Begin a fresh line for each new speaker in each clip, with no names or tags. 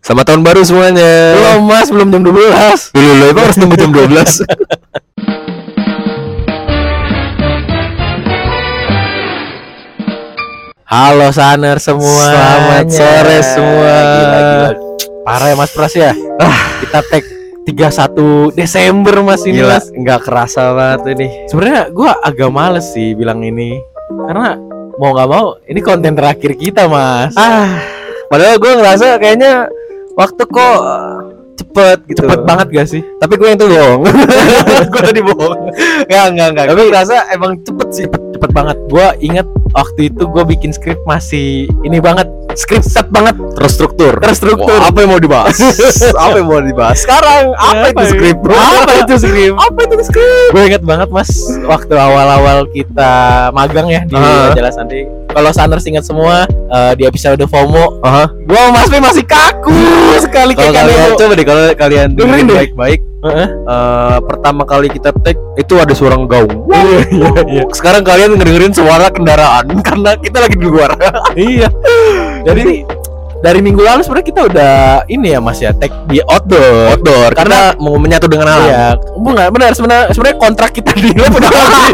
Selamat tahun baru semuanya.
Belum mas, belum jam 12.
Dulu emang harus nunggu jam 12.
Halo Saner semua.
Selamat sore semua.
Gila. Parah ya Mas Pras ya. Kita tag 31 Desember Mas ini.
Gila,
Mas.
nggak kerasa banget ini.
Sebenarnya gue agak males sih bilang ini, karena mau nggak mau ini konten terakhir kita Mas.
Padahal gue ngerasa kayaknya waktu kok cepet gitu.
Cepet banget gak sih?
Tapi gue yang tuh bohong. Gue tadi bohong. Enggak.
Tapi
Gue ngerasa emang cepet sih.
Cepet banget. Gue inget waktu itu gue bikin skrip masih ini banget, scripted banget,
Terstruktur.
terstruktur.
Apa yang mau dibahas? Apa yang mau dibahas? Sekarang apa itu skrip?
Apa itu skrip?
Apa itu skrip?
Gue inget banget Mas, waktu awal-awal kita magang ya di Majalah Sandi. Kalau Sanders ingat semua di episode FOMO, gue sama Mas P masih kaku sekali.
Kalau kalian coba deh, kalau kalian dengerin
deh.
baik-baik. Pertama kali kita take itu ada suara gaung.
Iya.
Sekarang kalian dengerin suara kendaraan karena kita lagi di luar.
Iya. Jadi dari minggu lalu sebenarnya kita udah ini ya Mas ya, take di outdoor
Karena mau menyatu dengan alam.
Iya, benar sebenarnya kontrak kita di lab udah habis.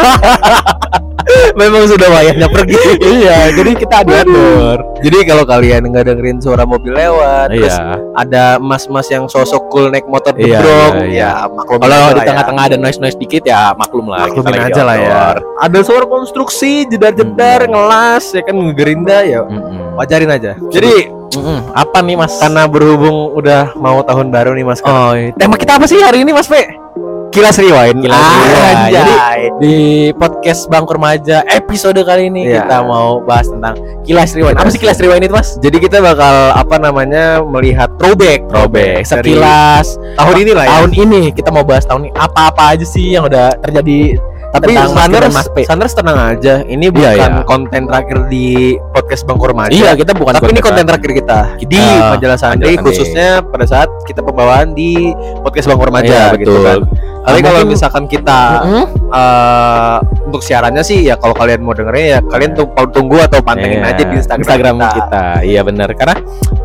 Memang sudah wayahnya pergi.
Iya, jadi kita di outdoor.
Jadi kalau kalian nggak dengerin suara mobil lewat, terus
Iya.
ada mas-mas yang sosok cool naik motor
Iya,
jebrong,
iya.
ya maklum.
Kalau
aja
di
lah ya.
tengah-tengah ada noise dikit ya maklum lah.
Maklumin
kita lagi
aja lah ya.
outdoor.
Ada suara konstruksi, jedar-jedar, ngelas, ya kan ngegerinda ya. Wajarin aja. Jadi
apa nih Mas?
karena berhubung udah mau tahun baru nih Mas.
Tema kita apa sih hari ini Mas P?
Kilas Rewind.
Jadi
Anjay.
di podcast Bangku Remaja episode kali ini
Iya.
kita mau bahas tentang Kilas Rewind. Apa sih Kilas Rewind itu Mas?
Jadi kita bakal melihat throwback
Sekilas
tahun ini lah ya.
tahun ini kita mau bahas tahun ini apa aja sih yang udah terjadi.
Tapi
tentang Mas dan Mas P.
Sanders tenang aja. Ini
Iya,
bukan
iya.
konten terakhir di podcast Bangku Remaja.
Iya, kita bukan.
Tapi ini konten terakhir kita di Majalah Sandi,
Majalah Sandi.
khususnya pada saat kita pembawaan di podcast Bangku Remaja,
Iya,
begitu
betul.
kan. Tapi kalau
Mungkin-
misalkan kita untuk siarannya sih ya, kalau kalian mau dengerin ya kalian tunggu atau pantengin
Iya,
aja di Instagram
kita. Iya benar, karena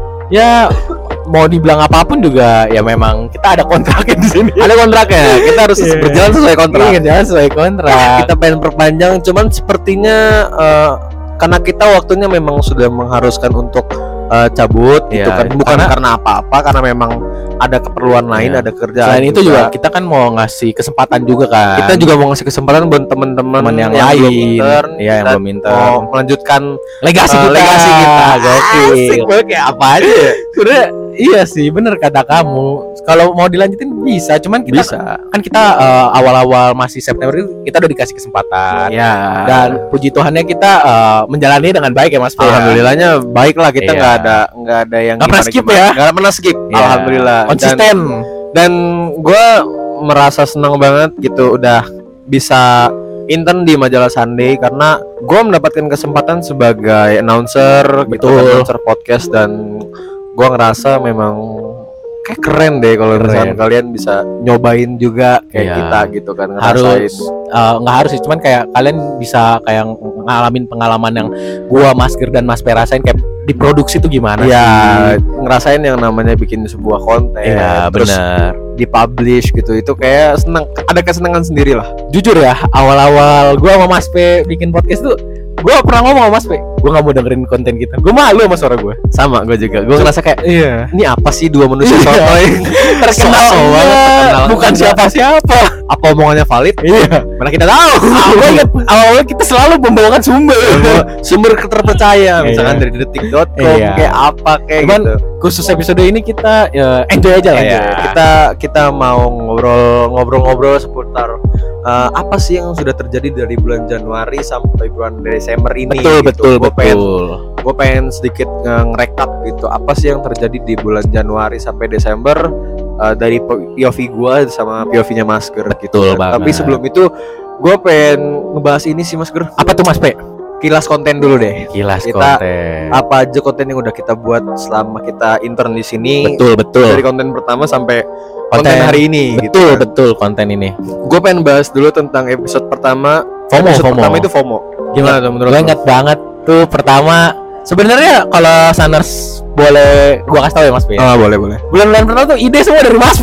ya mau dibilang apapun juga ya memang kita ada kontraknya di sini.
Ada kontraknya, kita harus
Iya.
berjalan sesuai kontrak.
Iya, jalan sesuai kontrak.
Kita pengen perpanjang, cuman sepertinya karena kita waktunya memang sudah mengharuskan untuk cabut gitu
Iya,
kan, bukan karena apa-apa, karena memang ada keperluan lain,
Iya.
ada kerjaan.
Selain itu juga kita kan mau ngasih kesempatan juga kan.
kita juga mau ngasih kesempatan buat teman-teman
Teman yang
belum
lain.
intern,
Iya, yang
dan
belum intern.
mau melanjutkan
legasi kita.
legasi kita.
Gokil.
Asik banget, kayak apa aja ya.
Sebenarnya iya sih, bener kata kamu. Kalau mau dilanjutin bisa, cuman kita kan kita awal-awal masih September itu kita udah dikasih kesempatan.
Ya.
Dan puji Tuhannya kita menjalani dengan baik ya Mas.
Alhamdulillahnya baik lah, kita
Iya.
nggak ada yang
Nggak pernah skip ya?
nggak pernah skip.
Iya.
Alhamdulillah.
Konsisten.
Dan gue merasa senang banget gitu udah bisa intern di Majalah Sunday, karena gue mendapatkan kesempatan sebagai announcer gitu,
Betul.
announcer podcast, dan gue ngerasa memang kayak keren deh kalau misalkan kalian bisa nyobain juga kayak
Iya.
kita gitu kan,
Harus nggak harus sih, cuman kayak kalian bisa kayak ngalamin pengalaman yang gua, Mas Gir dan Mas P rasain kayak diproduksi tuh gimana
ya
sih.
ngerasain yang namanya bikin sebuah konten,
Iya,
terus
benar.
dipublish gitu, itu kayak seneng, ada kesenangan sendiri lah.
Jujur ya, awal-awal gua sama Mas P bikin podcast tuh gua pernah ngomong sama Mas P, gua nggak mau dengerin konten kita, gua malu sama suara gua.
Sama gue juga, gue ngerasa kayak
Iya,
ini apa sih dua manusia
Iya.
sotoy
terkenal
So-so banget, terkenal.
bukan siapa-siapa.
apa omongannya valid?
Iya,
Mana kita tahu.
Gua inget awalnya kita selalu membawakan sumber.
Sumber terpercaya, misalkan
Iya.
dari detik.com,
Iya.
kayak apa kayak
Cuman
gitu.
khusus episode ini kita enjoy aja lah ya.
Kita mau ngobrol-ngobrol seputar apa sih yang sudah terjadi dari bulan Januari sampai bulan Desember ini.
Betul.
Gue pengen sedikit ngerekap gitu, apa sih yang terjadi di bulan Januari sampai Desember dari POV gue sama POV-nya Mas Ger gitu.
Betul banget.
Tapi sebelum itu gue pengen ngebahas ini sih Mas Ger.
Apa tuh Mas P?
Kilas konten dulu deh.
Kilas
Kita-
konten.
Apa aja konten yang udah kita buat selama kita intern di sini.
Betul.
Dari konten pertama sampai konten hari ini gitu kan.
Betul konten ini.
Gue pengen bahas dulu tentang episode pertama. Episode pertama itu FOMO. Gimana tuh menurut
Gue
lo?
ingat banget tuh pertama. Sebenarnya kalau Sanders boleh gua kasih tahu ya Mas P.
Boleh.
Bulan-bulan pertama tuh ide semua dari Mas P.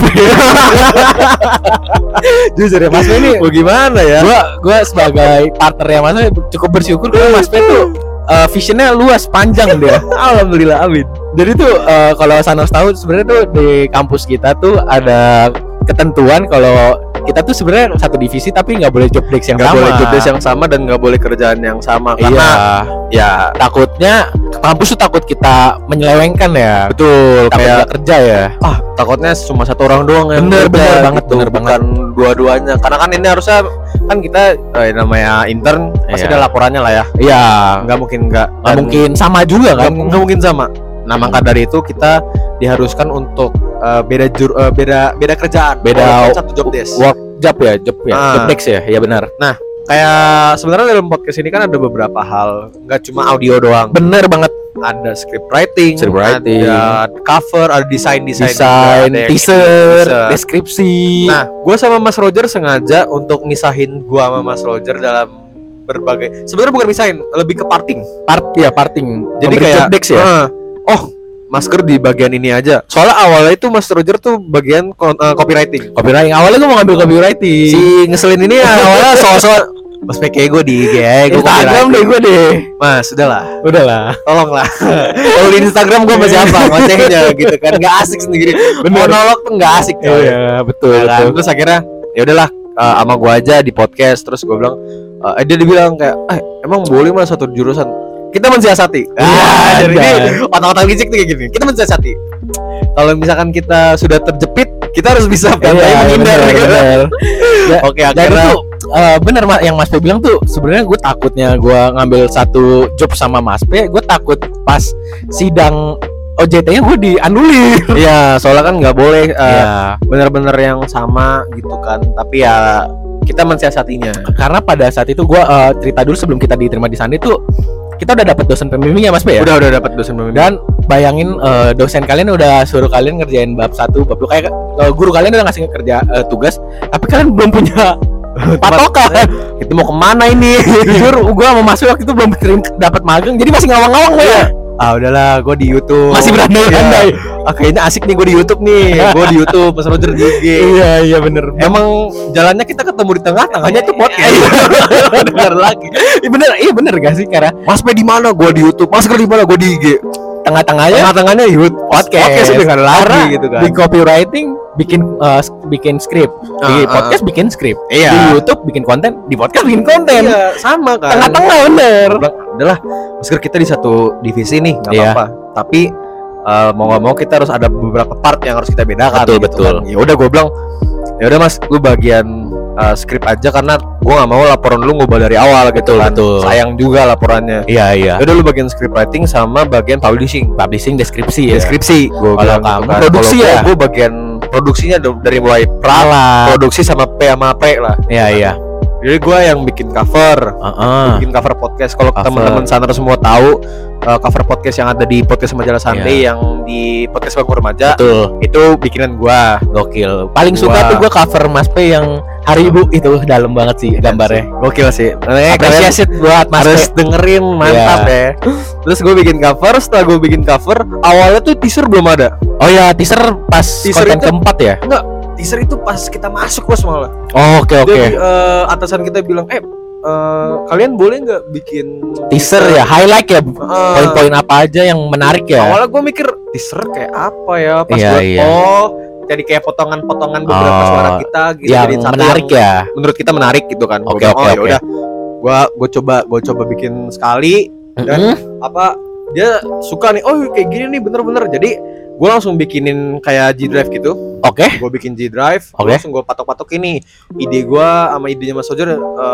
Jujur ya Mas P ini
Gimana ya?
Gua sebagai partner ya Mas P cukup bersyukur karena Mas P tuh visionnya luas, panjang dia.
Alhamdulillah, amin.
Jadi tuh kalau Sanos tahu sebenarnya tuh di kampus kita tuh ada ketentuan kalau kita tuh sebenarnya satu divisi tapi nggak boleh job desk yang
Nggak
sama.
boleh job desk yang sama dan nggak boleh kerjaan yang sama karena ya
takutnya kampus tuh takut kita menyelewengkan ya.
betul
Takut
kayak
nggak kerja ya.
takutnya cuma satu orang doang yang
Bener
kerja
banget,
gitu,
bener
bukan dua-duanya. Karena kan ini harusnya kan kita namanya intern pasti
Iya.
ada laporannya lah ya.
Iya.
Nggak mungkin nggak
Mungkin sama juga kan.
nggak mungkin sama. Nah maka dari itu kita diharuskan untuk beda kerjaan,
Beda
walaupun satu job desk.
Work job ya, job desk ya. Iya benar.
Kayak sebenarnya dalam podcast ini kan ada beberapa hal, nggak cuma audio doang.
Bener banget.
Ada script writing,
Scriptwriting.
ada cover, ada desain,
Desain, teaser, deskripsi.
Nah, gue sama Mas Roger sengaja untuk misahin gue sama Mas Roger dalam berbagai. Sebenarnya bukan misahin, lebih ke parting.
Parting.
Jadi
Memberi
kayak
job desk ya.
masker di bagian ini aja. Soalnya awalnya itu Mas Roger tuh bagian copywriting.
Copywriting. Awalnya gue mau ngambil copywriting.
Si ngeselin ini ya, awalnya soal Mas PK gue di IG, gue
Instagram deh gue deh.
Mas, udahlah, tolonglah. Kalau di Instagram gue masih apa ngocehnya gitu kan, nggak asik sendiri. Monolog tuh nggak asik.
Iya, betul.
Ya kan? Terus akhirnya ya udahlah sama gue aja di podcast. Terus gue bilang, dia dibilang kayak, emang boleh mas satu jurusan? Kita mensiasati. Jadi ini otak-otak licik tuh kayak gini. Kita mensiasati. Kalau misalkan kita sudah terjepit, kita harus bisa menghindar.
Ya,
Oke,
jadi
akhirnya
tuh bener yang Mas P bilang tuh sebenarnya gue takutnya gue ngambil satu job sama Mas P, gue takut pas sidang OJT-nya gue dianulir.
Iya, soalnya kan nggak boleh
Iya.
bener-bener yang sama gitu kan. Tapi ya kita mensiasatinya.
Karena pada saat itu gue cerita dulu sebelum kita diterima di Sandi tuh kita udah dapat dosen pembimbing ya Mas P ya.
Udah dapat dosen pembimbing.
Dan bayangin dosen kalian udah suruh kalian ngerjain bab 1, bab 2 kayak guru kalian udah ngasih kerja tugas, tapi kalian belum punya patokan.
Itu mau kemana ini?
Jujur gua mau masuk waktu itu belum dapat magang, jadi masih ngawang-ngawang ya.
Udahlah, gue di YouTube.
Masih berandai-andai.
Kayaknya asik nih gue di YouTube nih. Gue di YouTube, Mas Roger di IG.
Iya bener.
Emang jalannya kita ketemu di tengah-tengahnya tuh podcast.
Bener lagi. Iya bener gak sih karena
Mas P di mana? Gue di YouTube. Mas Roger di mana? Gue di IG.
tengah-tengahnya
YouTube podcast udah nggak ada lagi gitu kan.
Di copywriting bikin skrip, di podcast bikin skrip,
Iya.
di YouTube bikin konten, di podcast bikin konten.
Iya, sama kan.
Tengah-tengah bener.
Gua bilang, udahlah, masker kita di satu divisi nih, nggak
Iya.
apa-apa. Tapi mau nggak mau kita harus ada beberapa part yang harus kita bedakan.
Betul,
gitu
betul.
Kan. Ya udah, gue bilang, ya udah mas, lu bagian skrip aja karena gue nggak mau laporan lu ngubah dari awal gitu kan.
Betul.
Sayang juga laporannya.
Iya.
Ya udah, lu bagian script writing sama bagian publishing.
Deskripsi ya.
Deskripsi. Gue
Kalau
bilang
kamu
gitu kan.
produksi
Kalau
ya?
Gue bagian produksinya dari mulai produksi sama P sama P lah.
Iya.
Jadi gue yang bikin cover. Bikin cover podcast. Kalau
Cover.
teman-teman Saner semua tahu cover podcast yang ada di podcast Majalah Sunday
Iya.
yang di podcast Bangku Remaja
Betul.
itu bikinan gua.
Gokil. Paling suka
Wah.
tuh gue cover Mas P yang Hari Ibu itu dalam banget sih gambarnya.
Gokil sih.
Apresiasi buat Mas
Harus
P.
dengerin, mantap ya. Terus gue bikin cover. Setelah gue bikin cover, awalnya tuh teaser belum ada.
Oh ya, teaser pas
Teaser
konten
itu-
keempat ya.
Enggak, teaser itu pas kita masuk bos malah.
Oh, oke.
Jadi atasan kita bilang, kalian boleh nggak bikin
Teaser ya, highlight ya, poin-poin apa aja yang menarik ya.
Awalnya gue mikir teaser kayak apa ya, pas
Iya,
gue
iya.
jadi kayak potongan-potongan beberapa
Oh,
suara kita gitu,
yang
jadiin satu
menarik
yang
ya.
menurut kita menarik gitu kan. Gua
Oke,
bilang,
oke,
ya
oke.
udah, gue coba bikin sekali dan apa dia suka nih, oh kayak gini nih bener-bener. Jadi gue langsung bikinin kayak G Drive gitu.
Oke.
Gue bikin G Drive,
Oke.
langsung gue patok-patok ini ide gue sama idenya Mas Roger.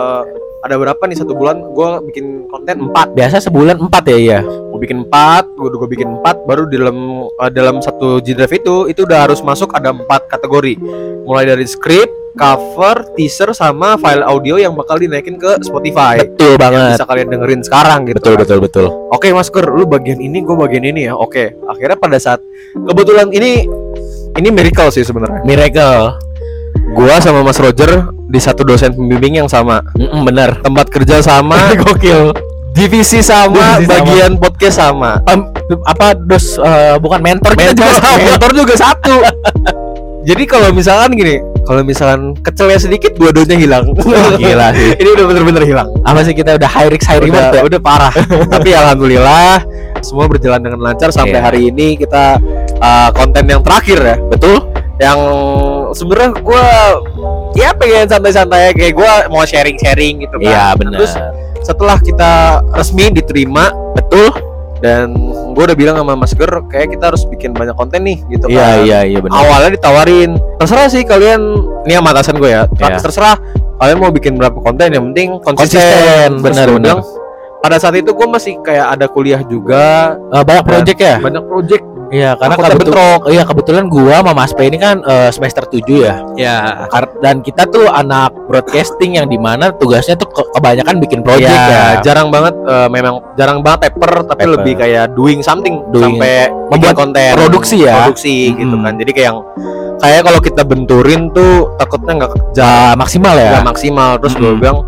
Ada berapa nih, 1 bulan gue bikin konten 4.
Biasa sebulan 4 ya, iya.
Gue bikin 4, gue bikin 4, baru di dalam satu G Drive itu udah harus masuk ada 4 kategori. Mulai dari script, cover, teaser sama file audio yang bakal dinaikin ke Spotify.
Betul
Yang
banget.
bisa kalian dengerin sekarang gitu.
Betul.
Oke, Mas Gur, lu bagian ini, gue bagian ini ya. Oke. Akhirnya pada saat kebetulan ini miracle sih sebenarnya.
Miracle.
Gua sama Mas Roger di satu dosen pembimbing yang sama.
Bener.
Tempat kerja sama.
Gokil.
divisi sama, bagian podcast sama.
Bukan mentor kita juga sama.
Mentor juga satu. Jadi kalau misalkan gini, kalau misalkan kecelnya sedikit dua-duanya hilang.
Gila sih.
Ini udah bener-bener hilang.
Apa sih, kita udah high risk banget ya?
Udah parah. Tapi alhamdulillah semua berjalan dengan lancar sampai hari ini. Kita konten yang terakhir ya.
Betul.
Yang sebenarnya gue ya pengen santai-santai, kayak gue mau sharing-sharing gitu kan.
Iya benar.
Terus setelah kita resmi diterima,
betul.
Dan gue udah bilang sama Mas Ger, kayak kita harus bikin banyak konten nih gitu kan.
Iya benar.
Awalnya ditawarin, terserah sih kalian, ini sama atasan gue ya, terserah kalian mau bikin berapa konten, yang penting konsisten.
Benar.
Pada saat itu gue masih kayak ada kuliah juga,
banyak project ya.
Banyak project.
Iya, karena kebetulan gua sama Mas P ini kan semester 7 ya.
Ya.
Dan kita tuh anak broadcasting yang dimana tugasnya tuh kebanyakan bikin project ya.
Jarang banget, memang jarang banget paper, tapi lebih kayak doing something, sampai
membuat
konten,
produksi gitu
kan. Jadi kayak kalau kita benturin tuh takutnya nggak
maksimal ya.
Nggak maksimal. Terus gue bilang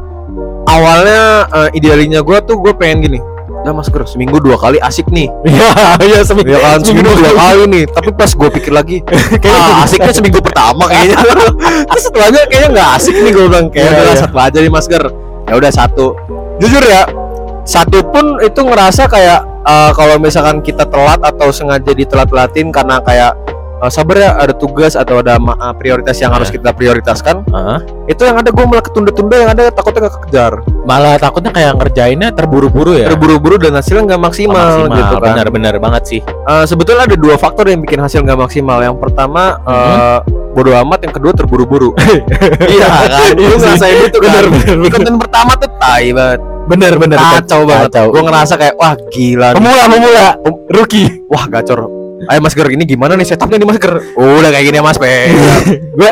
awalnya idealinya gue pengen gini. Nah Mas Ger, seminggu 2 kali asik nih.
Iya seminggu
2 kali nih. Tapi pas gue pikir lagi, asiknya seminggu pertama kayaknya. Terus setelahnya kayaknya nggak asik nih, gue bilang kayak satu aja nih Mas Ger. Ya udah satu. Jujur ya, satu pun itu ngerasa kayak kalau misalkan kita telat atau sengaja ditelat-telatin karena kayak sabar ya, ada tugas atau ada prioritas yang harus kita prioritaskan. Itu yang ada gue malah ketunda-tunda, yang ada takutnya nggak kekejar.
Malah takutnya kayak ngerjainnya terburu-buru ya.
Terburu-buru dan hasilnya nggak maksimal gitu kan.
Benar banget sih.
Sebetulnya ada 2 faktor yang bikin hasil nggak maksimal. Yang pertama bodo amat, yang kedua terburu-buru. Iya kan. Lu ngerasain itu kan. Konten pertama tuh tai banget.
Bener
Kacau banget. Gue ngerasa kayak wah gila.
Pemula. Rookie.
Wah gacor. Ayo Mas Ger, ini gimana nih setupnya nih Mas Ger? Udah kayak gini ya Mas Pe. Gue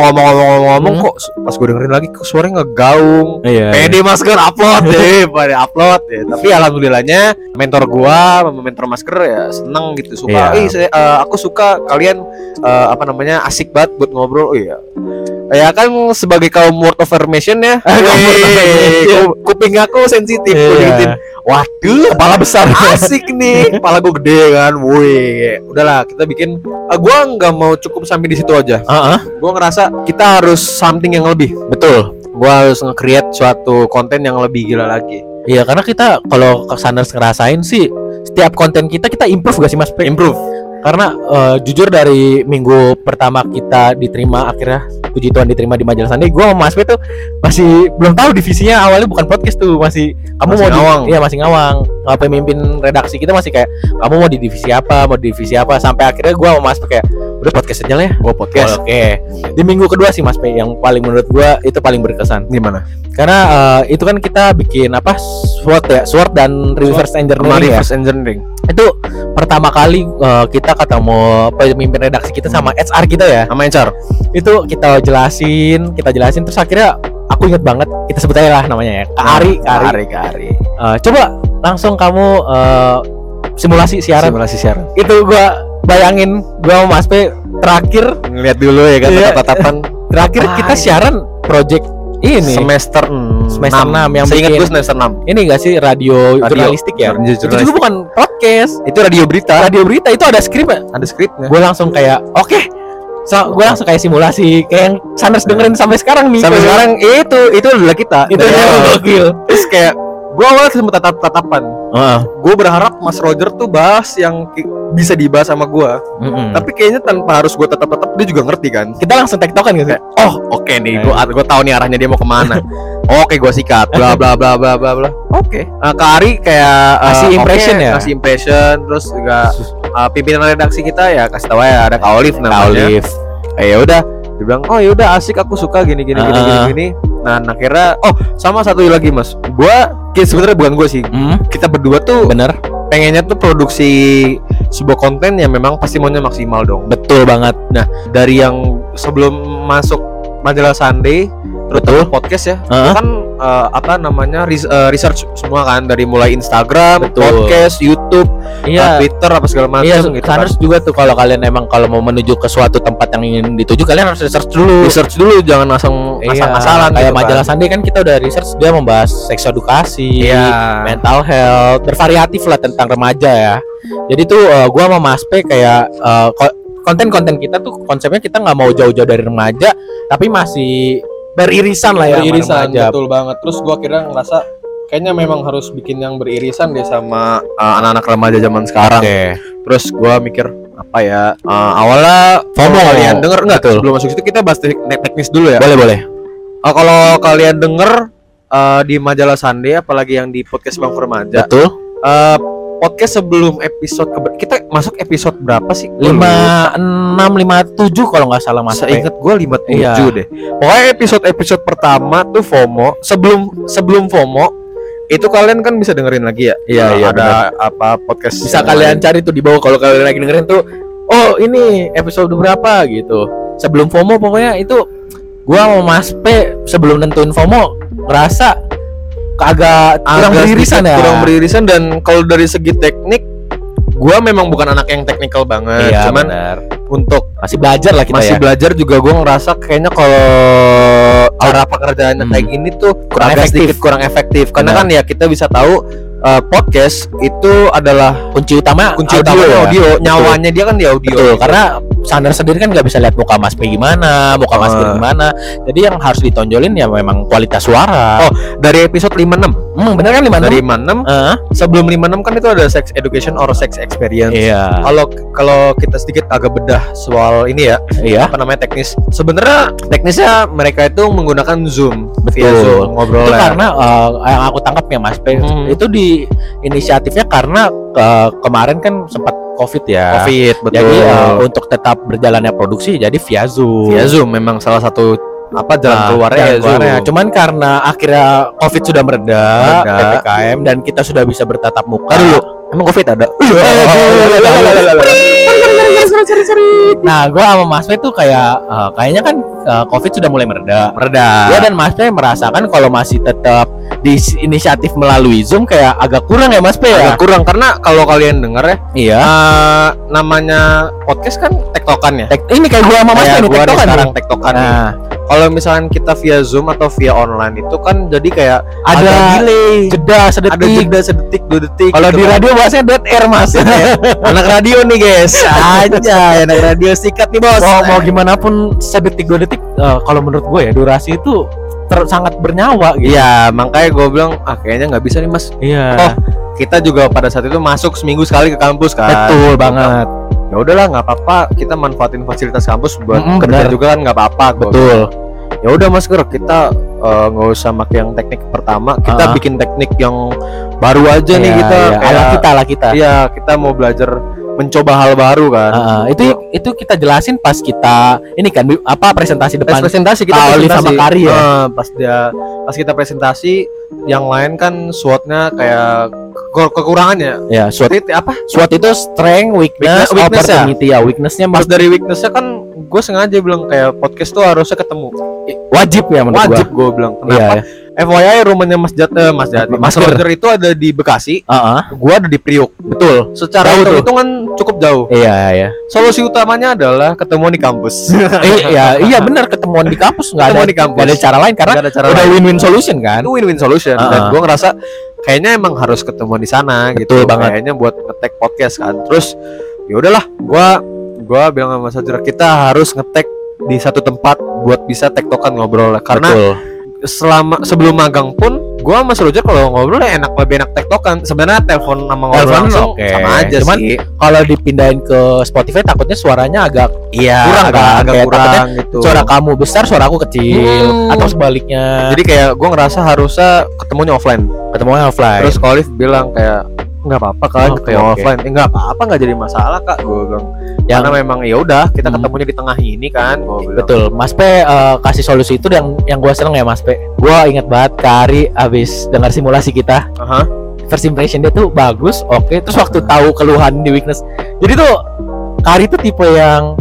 ngomong kok pas gue dengerin lagi kok suaranya ngegaung. Pede Mas Ger upload pada upload ya. Tapi alhamdulillahnya mentor gua, mentor Mas Ger ya seneng gitu, suka. Aku suka kalian asik banget buat ngobrol. Ya kan sebagai kaum word of affirmation ya. Kuping aku sensitif gitu. Waduh, kepala besar, asik nih, kepala gue gede kan, woi. Udahlah, kita bikin. Gue nggak mau cukup sampai di situ aja. Gue ngerasa kita harus something yang lebih.
Betul.
Gue harus nge-create suatu konten yang lebih gila lagi.
Iya, karena kita kalau Sanders ngerasain sih, setiap konten kita improve gak sih Mas?
Improve.
Karena jujur dari minggu pertama kita diterima, akhirnya puji Tuhan diterima di Majalah Sunday, gue sama Mas P tuh masih belum tahu divisinya, awalnya bukan podcast tuh, masih kamu
masih
mau
ngawang.
Masih ngawang. Pemimpin redaksi kita masih kayak kamu mau di divisi apa, sampai akhirnya gue sama Mas P kayak udah podcast aja lah ya.
Gue podcast.
Oke. Di minggu kedua sih Mas P yang paling menurut gue itu paling berkesan.
Gimana?
Karena itu kan kita bikin SWOT dan reverse engineering. Itu pertama kali kita ketemu pemimpin redaksi kita sama HR kita ya.
Sama HR.
Itu kita jelasin terus akhirnya aku ingat banget, kita sebut aja lah namanya ya, Kak Ari. Coba langsung kamu simulasi siaran. Itu gua bayangin, gua sama Mas P terakhir
ngeliat dulu ya kan, tatapan.
Terakhir kita siaran project ini
semester 6
yang
seingat
bikin
gue semester 6.
Ini gak sih radio jurnalistik ya? Itu juga bukan podcast,
itu radio berita
itu ada skrip ya?
Ada skripnya.
Gue langsung kayak gue langsung kayak simulasi kayak yang Sanders dengerin sampai sekarang nih.
Sampai sekarang itu adalah kita.
Itu gokil.
Terus kayak gue awalnya sempat tatapan. Gue berharap Mas Roger tuh bahas yang bisa dibahas sama gue. Tapi kayaknya tanpa harus gue tetap dia juga ngerti kan.
Kita langsung tektokan gitu.
Oke nih, gue tahu nih arahnya dia mau kemana. Oke, gue sikat. Bla bla bla bla bla bla. Oke. Kak Ari kayak
kasih impression ya.
Kasih impression, terus juga pimpinan redaksi kita ya kasih tahu ya ada Kak Olive namanya. Ya udah, dia bilang ya udah asik, aku suka gini. Nah akhirnya sama satu lagi Mas, sebenarnya bukan gue sih, kita berdua tuh
bener
pengennya tuh produksi sebuah konten yang memang pasti maunya maksimal dong.
Betul banget.
Nah dari yang sebelum masuk Majalah Sunday terus podcast ya, kan research semua kan, dari mulai Instagram,
Betul.
podcast, YouTube,
Iya.
Twitter apa segala macam
Iya,
gitu kan.
harus juga tuh kalau kalian emang kalau mau menuju ke suatu tempat yang ingin dituju, kalian harus research dulu.
Research dulu, jangan langsung asal-asalan
Kayak
gitu
majalah
kan.
Sunday kan kita udah research, dia membahas seks edukasi,
Iya.
mental health, bervariatif lah tentang remaja ya. Jadi tuh gua sama Mas P kayak konten-konten kita tuh konsepnya kita nggak mau jauh-jauh dari remaja, tapi masih beririsan lah ya. sama
Beririsan,
remaja.
betul banget. Terus gua kira ngerasa kayaknya memang harus bikin yang beririsan deh sama anak-anak remaja zaman sekarang.
Oke.
Terus gua mikir apa ya? Awalnya
FOMO
kalau kalian denger enggak?
Betul.
Sebelum masuk situ kita bahas teknis dulu ya.
Boleh.
Kalau kalian denger di majalah Sunday, apalagi yang di podcast Bang Remaja,
Betul.
podcast sebelum episode kita masuk episode berapa sih?
5657 kalau nggak salah Mas P.
Seingat gue 57
Iya.
deh. Pokoknya episode pertama tuh FOMO. Sebelum FOMO itu kalian kan bisa dengerin lagi ya.
Iya,
Ada apa podcast
Bisa
yang
kalian
lain.
cari tuh di bawah kalau kalian lagi dengerin tuh. Oh, ini episode berapa gitu. Sebelum FOMO pokoknya itu gua mau Mas P sebelum nentuin FOMO ngerasa agak kurang beririsan ya.
Kurang beririsan, dan kalau dari segi teknik gua memang bukan anak yang teknikal banget.
Iya,
Cuman
benar.
untuk
Masih belajar lah kita
masih
ya.
belajar juga gua ngerasa kayaknya kalau cara pekerjaannya kayak gini tuh
Kurang
agak
efektif.
sedikit kurang efektif. Karena
Benar.
kan ya kita bisa tahu podcast itu adalah
Kunci utama
kunci
audio
utamanya
ya.
audio.
Betul.
Nyawanya dia kan di audio.
Betul, karena Sander sendiri kan nggak bisa lihat muka Mas P gimana, muka Mas P gimana. Jadi yang harus ditonjolin ya memang kualitas suara.
Oh, dari episode 56.
Bener kan 56?
Dari 56 sebelum 56 kan itu ada sex education or sex experience.
Iya.
Kalau kita sedikit agak bedah soal ini ya,
Iya.
apa namanya, teknis. Sebenarnya teknisnya mereka itu menggunakan Zoom, via
Betul.
Zoom ngobrol.
Itu karena yang aku tangkap ya Mas P, itu di inisiatifnya karena kemarin kan sempat COVID ya.
COVID, betul.
Jadi untuk tetap berjalannya produksi jadi via Zoom.
Via Zoom memang salah satu jalan keluarnya ya Zoom.
Cuman karena akhirnya COVID sudah mereda, PPKM, dan kita sudah bisa bertatap muka.
Dulu, emang COVID ada?
Nah, gua sama Mas Pe tuh kayaknya kan COVID sudah mulai mereda. Ya, dan Mas Pe merasakan kalau masih tetap di inisiatif melalui Zoom kayak agak kurang ya Mas Pe ya.
Agak kurang, karena kalau kalian denger ya,
Iya.
namanya podcast kan tektokan ya.
Ini kayak gua sama Mas Pe
Kayak
nih
gua nih
tektokan
sekarang
nih.
tektokan nih.
Nah,
Kalau misalkan kita via Zoom atau via online itu kan jadi kayak
ada
delay,
jeda
ada
sedetik.
jeda sedetik 2 detik.
Kalau
gitu
di
kan.
radio bahasanya dead air Mas.
Anak radio nih guys. Aja anak radio sikat nih bos.
Mau gimana pun sedetik 2 detik kalau menurut gue ya durasi itu sangat bernyawa gitu.
Iya, makanya gue bilang kayaknya nggak bisa nih mas.
Iya.
Oh, kita juga pada saat itu masuk seminggu sekali ke kampus kan.
Betul banget.
Ya udahlah, nggak apa-apa, kita manfaatin fasilitas kampus buat kerja
benar.
juga kan, nggak apa-apa.
Betul.
Ya udah mas Ger, kita nggak usah pakai yang teknik pertama, kita bikin teknik yang baru aja nih kita.
Ala kita.
Iya, kita mau belajar mencoba hal baru kan.
Itu kita jelasin pas kita ini kan presentasi depan.
Presentasi kita
Olive
presentasi
sama Kari ya.
Pas kita presentasi, yang lain kan SWOT-nya kayak kekurangannya.
Ya, SWOT itu strength, weakness,
Weakness ya.
opportunity ya. Weaknessnya
Pas dari weakness-nya kan gue sengaja bilang kayak podcast tuh harusnya ketemu.
wajib ya menurut
Wajib gue bilang. Kenapa?
Iya.
FYI rumahnya Mas Roger itu ada di Bekasi. Gua ada di Priuk.
Betul.
Secara
Jauh tuh.
hitungan cukup jauh.
Iya.
Solusi utamanya adalah ketemuan di kampus.
Iya benar, ketemuan di kampus
Ketemuan di kampus.
nggak ada cara lain karena
Nggak ada cara
udah
lain.
win-win solution kan.
Itu win-win solution. Dan gue ngerasa kayaknya emang harus ketemuan di sana gitu.
Betul banget.
Kayaknya buat nge-tag podcast kan. Terus ya udahlah, gua bilang sama Mas Roger, kita harus nge-tag di satu tempat buat bisa tektokan ngobrol. Karena
Betul.
sebelum magang pun gua sama Mas Roger kalau ngobrol lebih enak tektokan. Sebenarnya telepon sama ngobrol
Telepon
langsung
oke.
sama aja
Cuman
sih.
kalau dipindahin ke Spotify takutnya suaranya agak kurang kan,
agak
kayak
kurang
takutnya
gitu.
suara kamu besar, suara aku kecil atau sebaliknya.
Jadi kayak gua ngerasa harusnya ketemunya offline.
ketemunya offline.
Terus Olive bilang kayak nggak apa-apa kan ketemu
Oke.
offline. Nggak apa-apa, nggak jadi masalah kak. Gue bilang. Karena memang ya udah kita ketemunya di tengah ini kan. Gua bilang.
Betul, Mas P kasih solusi itu yang gue seneng ya Mas P. Gue inget banget Kari abis dengar simulasi kita. First impression dia tuh bagus, oke. Terus waktu tahu keluhan di weakness, jadi tuh Kari tuh tipe yang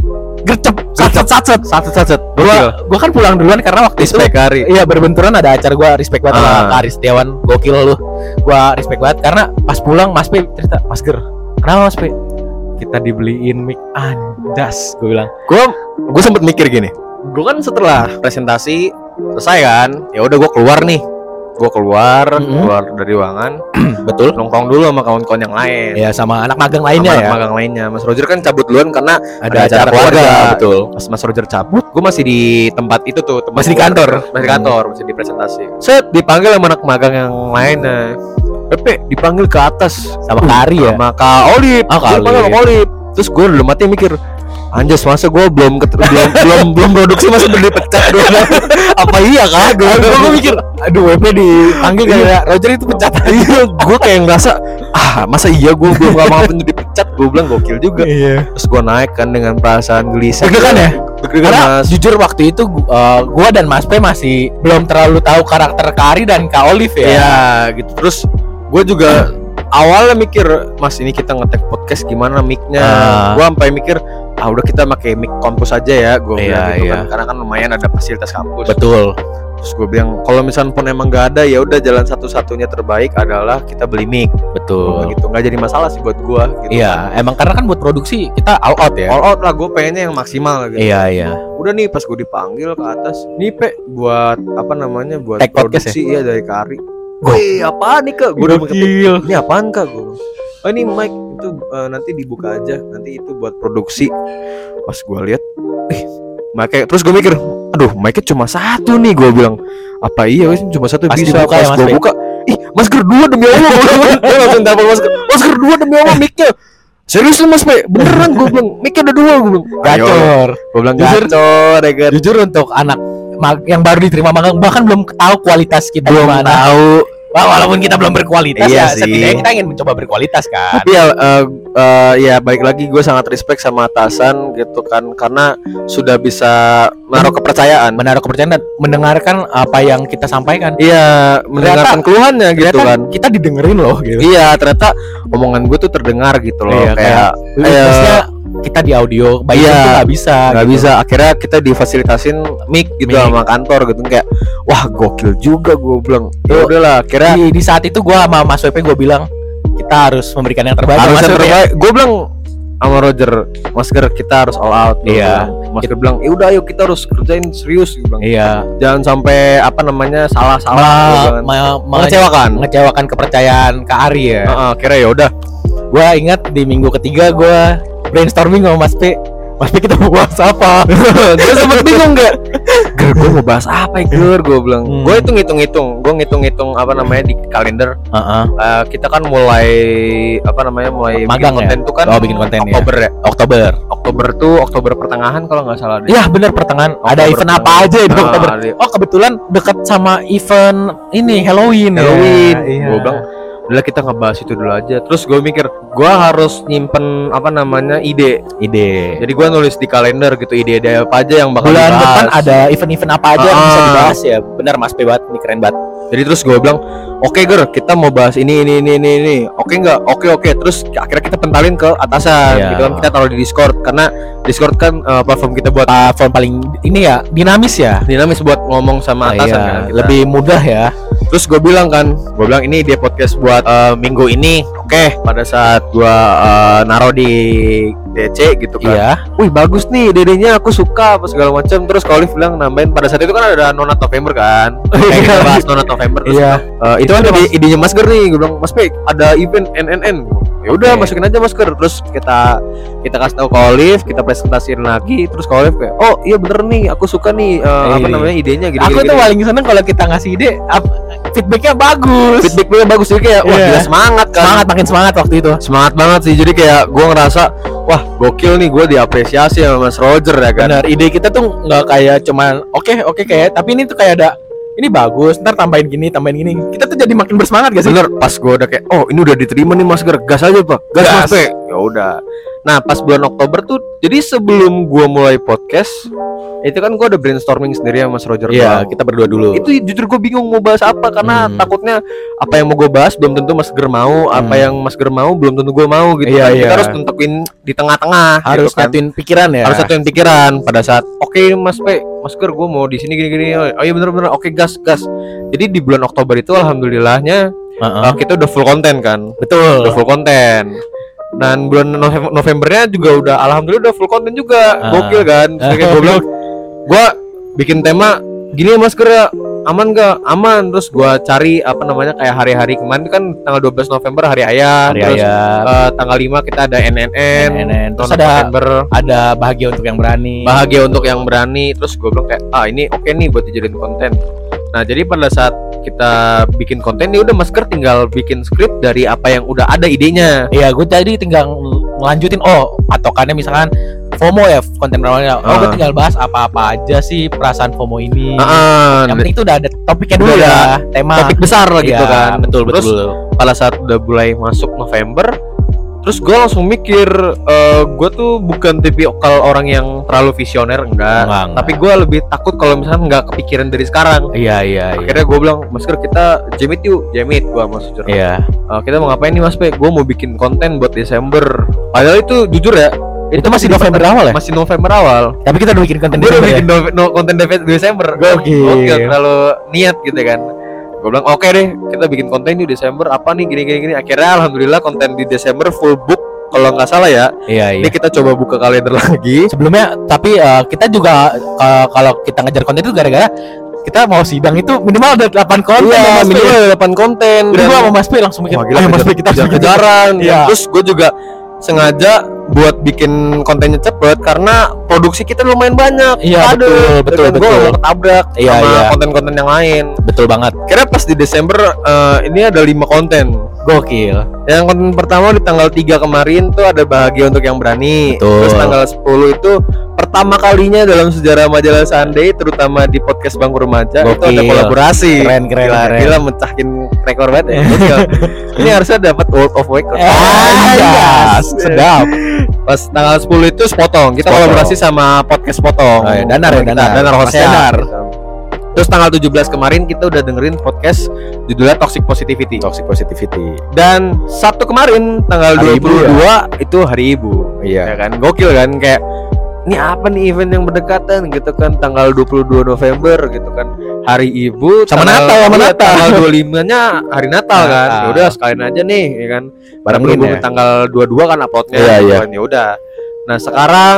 gercep satset. Gua kan pulang duluan karena waktu
respect
itu
Kari.
iya berbenturan ada acara, gua respect banget sama Kak Ari Setiawan, gokil lu. Gua respect banget karena pas pulang Mas P cerita, "Mas Ger, kenapa Mas P? Kita dibeliin mic anjas," gue bilang.
Gue sempet mikir gini. Gue kan setelah presentasi selesai kan, ya udah gue keluar nih. Gue keluar dari ruangan.
Betul.
Nongkrong dulu sama kawan-kawan yang lain.
Ya sama anak magang lainnya
sama anak magang lainnya. Mas Roger kan cabut duluan karena ada acara keluarga.
Betul.
Pas Mas Roger cabut, gue masih di tempat itu tuh,
masih di kantor.
Masih di presentasi. Set dipanggil sama anak magang yang lainnya. Pepe dipanggil ke atas
sama Kari ya.
Sama Kak Olip. Sama Olip. Terus gue dalam hati mikir, anjas masa gue belum produksi masa udah dipecat dulu. Apa iya kak? Gue mikir, aduh WP dipanggil kayak Roger itu pecat. Iya, gue kayak ngerasa masa iya gue belum ngapa-ngapain udah dipecat. Gue bilang gokil juga.
Iya.
Terus gue naik kan dengan perasaan gelisah.
Deg-degan ya?
Karena
jujur waktu itu gue dan Mas P masih belum terlalu tahu karakter Kari dan Kak Olive ya.
Iya gitu. Terus gue juga awalnya mikir, Mas ini kita nge-tag podcast gimana mic-nya. Gue sampai mikir, udah kita pakai mic kampus aja ya, gue bilang gitu kan. Karena kan lumayan ada fasilitas kampus.
Betul.
Terus gue bilang, kalau misalnya pun emang nggak ada, ya udah jalan satu-satunya terbaik adalah kita beli mic.
Betul.
Gitu, nggak jadi masalah sih buat gue. Gitu.
Iya, emang karena kan buat produksi kita all out ya.
All out lah, gue pengennya yang maksimal. Gitu.
Iya.
Udah nih pas gue dipanggil ke atas, nih Pe, buat apa namanya, buat
tag
produksi ya dari Kari. Wih, apaan nih kak? Gue udah mikir, ini apaan kak? Gue, ini mic itu nanti dibuka aja, nanti itu buat produksi. Pas gue lihat, mic, terus gue mikir, aduh, mic-nya cuma satu nih. Gue bilang, apa iya cuma satu? Pas bisa? Pas gue buka, masker 2 demi Allah. Gue langsung dapat masker 2 demi Allah mic-nya. Serius lu Mas Pe? Beneran gue bilang, mic-nya ada 2. Gue bilang,
gacor.
Gue bilang gacor, ya kan?
Jujur untuk anak yang baru diterima magang bahkan belum tahu kualitas kita
belum tahu.
Walaupun kita belum berkualitas
iya
ya setidaknya kita ingin mencoba berkualitas kan.
Tapi ya balik lagi gue sangat respect sama atasan gitu kan, karena sudah bisa menaruh kepercayaan dan
mendengarkan apa yang kita sampaikan.
Iya, mendengarkan keluhannya gitu kan.
Kita didengerin loh gitu.
Iya, ternyata omongan gue tuh terdengar gitu loh.
Iya, kayak kita di audio baik itu nggak bisa. Akhirnya kita difasilitasin mic gitu sama kantor gitu, kayak wah gokil juga. Gue bilang ya udahlah, akhirnya di saat itu gue sama Mas WP gue bilang kita harus memberikan yang terbaik. Gue bilang sama Roger, Mas Ger kita harus all out. Iya.
Mas Ger bilang, udah ayo kita harus kerjain serius. Gue bilang,
iya.
Jangan sampai salah
mengecewakan kepercayaan Kak Ari ya.
Akhirnya ya udah.
Gue ingat di minggu ketiga gue brainstorming sama Mas P. Mas P kita mau bahas apa?
Gue sempet bingung gak? Ger, gue mau bahas apa ya Ger? Gue bilang, gue itu ngitung-ngitung apa namanya di kalender. Kita kan mulai
magang
bikin konten
ya?
tuh kan.
Bikin konten
Oktober ya.
Oktober
pertengahan kalau nggak salah.
Iya benar pertengahan. Ada event apa aja di Oktober? Kebetulan dekat sama event ini Halloween.
Iya. Gue bilang, udah kita ngebahas itu dulu aja. Terus gue mikir, gue harus nyimpen ide. Jadi gue nulis di kalender gitu, ide apa aja yang bakal
bulan
dibahas.
Depan ada event-event apa aja yang bisa dibahas ya. Benar Mas P banget, ini keren banget.
Jadi terus gue bilang, oke Ger, kita mau bahas ini. Oke nggak? Oke. Terus akhirnya kita pentalin ke atasan, gitu kan. Kita taruh di Discord, karena Discord kan platform kita buat
platform paling ini ya, dinamis
buat ngomong sama atasan kan.
Lebih mudah ya.
Terus gue bilang ini dia podcast buat minggu ini. Oke, pada saat gue naruh di DC gitu kan.
Iya.
Wih bagus nih idenya, aku suka apa segala macam. Terus Kak Olive bilang nambahin, pada saat itu kan ada Nonat November kan. Kayak kita bahas Nonat November. Terus itu kan idenya Mas Ger nih. Gue bilang, Mas P ada event NNN. Ya udah masukin aja Mas Ger. Terus kita kasih tahu Kak Olive, kita presentasiin lagi. Terus Kak Olive kayak, oh iya bener nih, aku suka nih idenya gitu.
Aku tuh paling seneng kalau kita ngasih ide feedbacknya bagus.
Jadi kayak wah gila semangat kan.
Makin semangat waktu itu.
Semangat banget sih. Jadi kayak gue ngerasa wah gokil nih, gue diapresiasi sama Mas Roger ya kan.
Benar, ide kita tuh nggak kayak cuman oke kayak, tapi ini tuh kayak ada ini bagus, ntar tambahin gini. Kita tuh jadi makin bersemangat gak sih?
Bener, pas gue udah kayak, oh ini udah diterima nih Mas Ger, gas aja Pak. Gas Mas P. Ya udah. Nah pas bulan Oktober tuh, jadi sebelum gua mulai podcast itu kan gua ada brainstorming sendiri sama Mas Roger.
Iya, kita berdua dulu.
Itu jujur gue bingung mau bahas apa karena takutnya apa yang mau gue bahas belum tentu Mas Ger mau, apa yang Mas Ger mau belum tentu gue mau gitu.
Iya,
kan.
iya.
Kita harus nentuin di tengah-tengah.
Harus
gitu kan.
nyatuin pikiran ya.
Harus nyatuin pikiran pada saat oke, Mas Ger gue mau di sini gini-gini. Oh iya bener-bener oke, gas. Jadi di bulan Oktober itu alhamdulillahnya kita udah full konten kan.
Betul.
Udah full konten. Dan bulan Novembernya juga udah alhamdulillah udah full konten juga. Gokil kan. Terus kayak gue bilang gue bikin tema gini ya Mas Ger, aman gak? Aman. Terus gue cari apa namanya kayak hari-hari kemarin kan tanggal 12 November hari ayah. Terus tanggal 5 kita ada NNN.
Terus
November
ada bahagia untuk yang berani.
Terus gue bilang kayak ini oke nih buat dijadiin konten. Nah jadi pada saat kita bikin konten ya udah Mas Ger tinggal bikin skrip dari apa yang udah ada idenya.
Iya, gue tadi tinggal ngelanjutin patokannya misalkan FOMO ya, konten awalnya. Gue tinggal bahas apa-apa aja sih perasaan FOMO ini. Yang penting itu udah ada topiknya dulu ya, tema
topik besar lah gitu kan.
Betul.
Terus pada saat udah mulai masuk November, terus gue langsung mikir, gue tuh bukan tipikal orang yang terlalu visioner, enggak. Tapi gue lebih takut kalau misalnya nggak kepikiran dari sekarang.
Iya.
Akhirnya gue bilang, Mas Ger kita jamit gue sama Sujur.
Iya.
Kita mau ngapain nih Mas Gue mau bikin konten buat Desember. Padahal itu jujur ya,
itu masih November awal ya?
Masih November awal.
Tapi kita udah bikin konten
Desember. Udah bikin konten Desember.
Gokil.
Terlalu niat gitu kan. Gue bilang oke deh, kita bikin konten di Desember apa nih gini. Akhirnya alhamdulillah konten di Desember full book kalau nggak salah ya.
Iya.
Ini kita coba buka kalender lagi.
Sebelumnya tapi kita juga kalau kita ngejar konten itu gara-gara kita mau sidang itu minimal ada 8 konten.
Iya, minimal ada 8 konten.
Jadi gue sama Mas P langsung mikir,
Mas P kita kejaran.
Iya.
Terus gue juga sengaja buat bikin kontennya cepet karena produksi kita lumayan banyak.
Iya, betul.
Gue ketabrak sama
Iya.
konten-konten yang lain.
Betul banget.
Kira pas di Desember ini ada 5 konten.
Gokil.
Yang konten pertama di tanggal 3 kemarin tuh ada bahagia untuk yang berani.
Betul.
Terus tanggal 10 itu pertama kalinya dalam sejarah majalah Sunday, terutama di podcast Bangku Remaja.
Gokil.
Itu ada kolaborasi.
Keren.
Gila mencahin rekor banget ya. Ini harusnya dapat World of Record.
Sedap.
Pas tanggal 10 itu Sepotong. Kita kolaborasi sama podcast Potong. Danar hostnya. Terus tanggal 17 kemarin kita udah dengerin podcast judulnya Toxic Positivity. Dan Sabtu kemarin tanggal
hari
22
Ibu, ya?
itu Hari Ibu.
Iya.
Ya kan? Gokil kan, kayak ini apa nih event yang berdekatan gitu kan, tanggal 22 November gitu kan. Hari Ibu
sama Natal.
Tanggal 25-nya hari Natal kan. Ya udah sekalian aja nih ya kan.
Barengin ya.
Tanggal 22 kan uploadnya.
Iya.
Ya udah. Nah, sekarang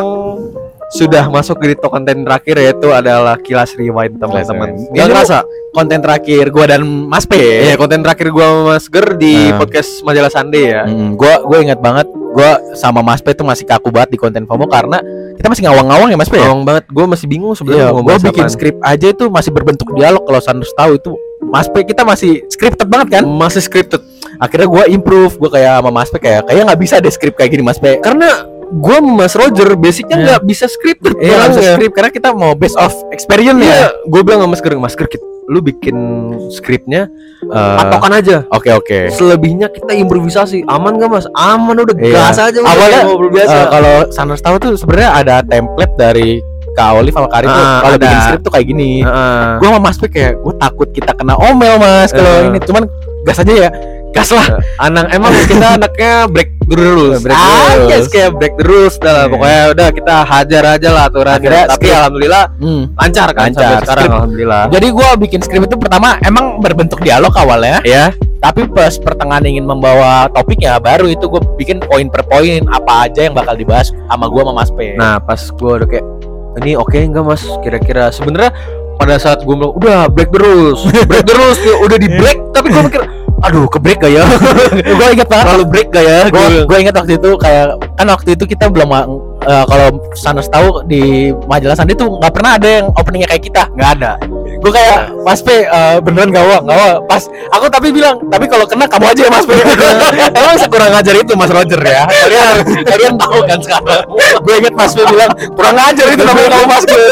sudah masuk di konten terakhir yaitu adalah Kilas Rewind teman-teman.
Nggak ngerasa konten terakhir gua dan Mas P.
Iya, konten terakhir gua sama Mas Ger di podcast majalah Sunday ya.
Gua ingat banget, gua sama Mas P tuh masih kaku banget di konten FOMO karena kita masih ngawang-ngawang ya Mas P.
Ngawang banget. Gua masih bingung sebenarnya mau
gua
bahas
bikin
apaan.
skrip aja itu masih berbentuk dialog. Kalau Sanders tahu itu Mas P kita masih scripted banget kan?
Masih scripted.
Akhirnya gua improve, gua kayak sama Mas P kayaknya nggak bisa deh skrip kayak gini Mas P.
Karena gua sama Mas Roger basicnya nggak bisa scripted.
Iya, bisa skrip karena kita mau based of experience ya.
Gua bilang sama Mas Ger, lu bikin skripnya patokan aja.
Oke.
Selebihnya kita improvisasi. Aman gak Mas? Aman, udah gas aja.
Awalnya
ngobrol biasa.
kalau Sanders tahu tuh sebenarnya ada template dari Kak Olive sama Karin tuh kalau bikin skrip tuh kayak gini. Gua sama Mas P kayak gue takut kita kena omel Mas kalau ini, cuman gas aja ya. Gas lah. Emang kita anaknya break the rules. Kayak break the rules dah. Pokoknya udah kita hajar aja lah aturannya. Tapi alhamdulillah lancar sampai sekarang alhamdulillah. Jadi gua bikin skrip itu pertama emang berbentuk dialog awalnya.
Iya.
Tapi pas pertengahan ingin membawa topiknya baru itu gue bikin poin per poin apa aja yang bakal dibahas sama gua sama Mas P.
Nah, pas gua udah kayak ini oke enggak Mas? Kira-kira sebenarnya pada saat gua bilang udah break the rules ya, udah di break, tapi gua mikir aduh ke break gak ya? Gue ingat banget terlalu break gak ya?
Gue ingat waktu itu kayak kan waktu itu kita belum kalau Sanders tahu di majalah Sunday tuh nggak pernah ada yang openingnya kayak kita, nggak ada. Gue kayak Mas P beneran gak pas aku tapi bilang tapi kalau kena kamu aja ya Mas P.
Emang sekurang ajar itu Mas Roger ya?
Kalian tahu kan sekarang. Gue ingat Mas P bilang kurang ajar itu namanya kamu Mas P.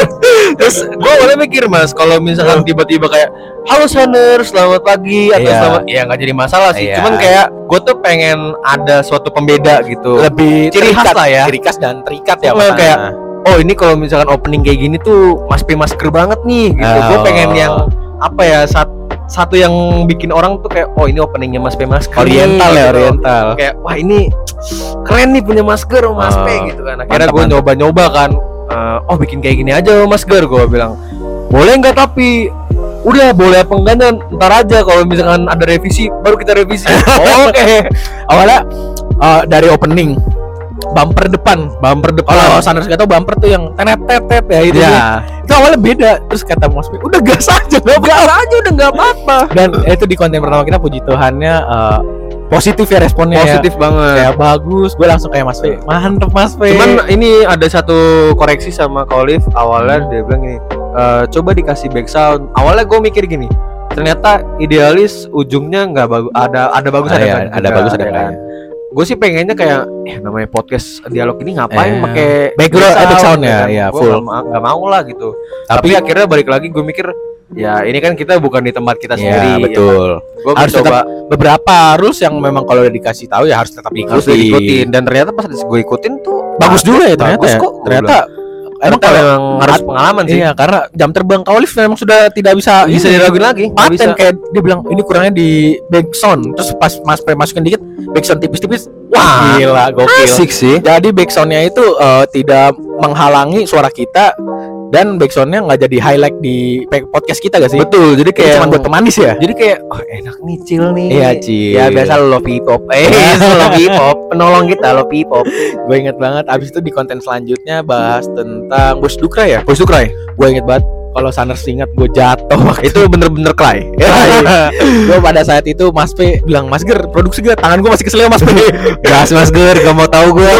Terus gue boleh mikir mas, kalau misalkan tiba-tiba kayak halo Sander, selamat pagi atau selamat, ya nggak jadi masalah sih. Cuman kayak gue tuh pengen ada suatu pembeda gitu,
lebih
ciri khas lah ya,
ciri khas dan terikat ya.
Kayak oh ini kalau misalkan opening kayak gini tuh Mas P masker banget nih gitu. Gue pengen yang apa ya, satu yang bikin orang tuh kayak oh ini openingnya Mas P masker
oriental
nih,
ya
gitu.
oriental.
Kayak wah ini keren nih punya masker Mas P gitu kan. Akhirnya gue nyoba-nyoba kan, oh bikin kayak gini aja masker. Gue bilang boleh nggak, tapi udah boleh apa enggaknya ntar aja, kalau misalkan ada revisi baru kita revisi. Oke.
Awalnya dari opening bumper depan. Kalau Sanders nggak tahu, bumper tuh yang tenet ya itu. Itu awalnya beda. Terus kata Mas P, udah gas aja udah nggak apa-apa. Dan itu di konten pertama kita, puji Tuhannya positif ya responnya.
Positif banget.
Kayak bagus. Gue langsung kayak Mas P, mantep Mas P.
Cuman ini ada satu koreksi sama Kak Olive. Awalnya dia bilang gini, coba dikasih back sound. Awalnya gue mikir gini, ternyata idealis ujungnya nggak bagus. Ada bagus ada bagus ada kan. Gue sih pengennya kayak namanya podcast dialog ini ngapain pakai
background sound ya full.
Nggak mau lah gitu. Tapi akhirnya balik lagi gue mikir, ya ini kan kita bukan di tempat kita sendiri.
Betul.
Ya, gue
harus tetap beberapa rules yang memang kalau udah dikasih tahu ya harus tetap diikutin.
Dan ternyata pas gue ikutin tuh
bagus juga ya ternyata.
Bagus kok.
Ternyata emang kalau
harus pengalaman sih.
Iya, karena jam terbang Kak Olive memang sudah tidak bisa
diraguin lagi.
Paten kayak dia bilang ini kurangnya di backsound. Terus pas Mas P masukin dikit backsound tipis-tipis. Wah, gila, gokil.
Asik sih.
Jadi backsoundnya itu tidak menghalangi suara kita, dan backsoundnya nggak jadi highlight di podcast kita gak sih?
Betul. Jadi kayak
cuma buat pemanis ya.
Jadi kayak enak nih, chill nih.
Iya, chill.
Ya biasa lo hip hop. Lo hip hop, penolong kita lo hip hop.
Gue inget banget. Abis itu di konten selanjutnya bahas tentang Bos Dukra ya.
Bos Dukra.
Gue inget banget. Kalau Sanders ingat, gue jatuh.
Itu bener-bener Clay.
Gue pada saat itu Mas P bilang, Mas Ger, produksi gue, tangan gue masih keselio Mas P.
Gas Mas Ger, gak mau tahu gue.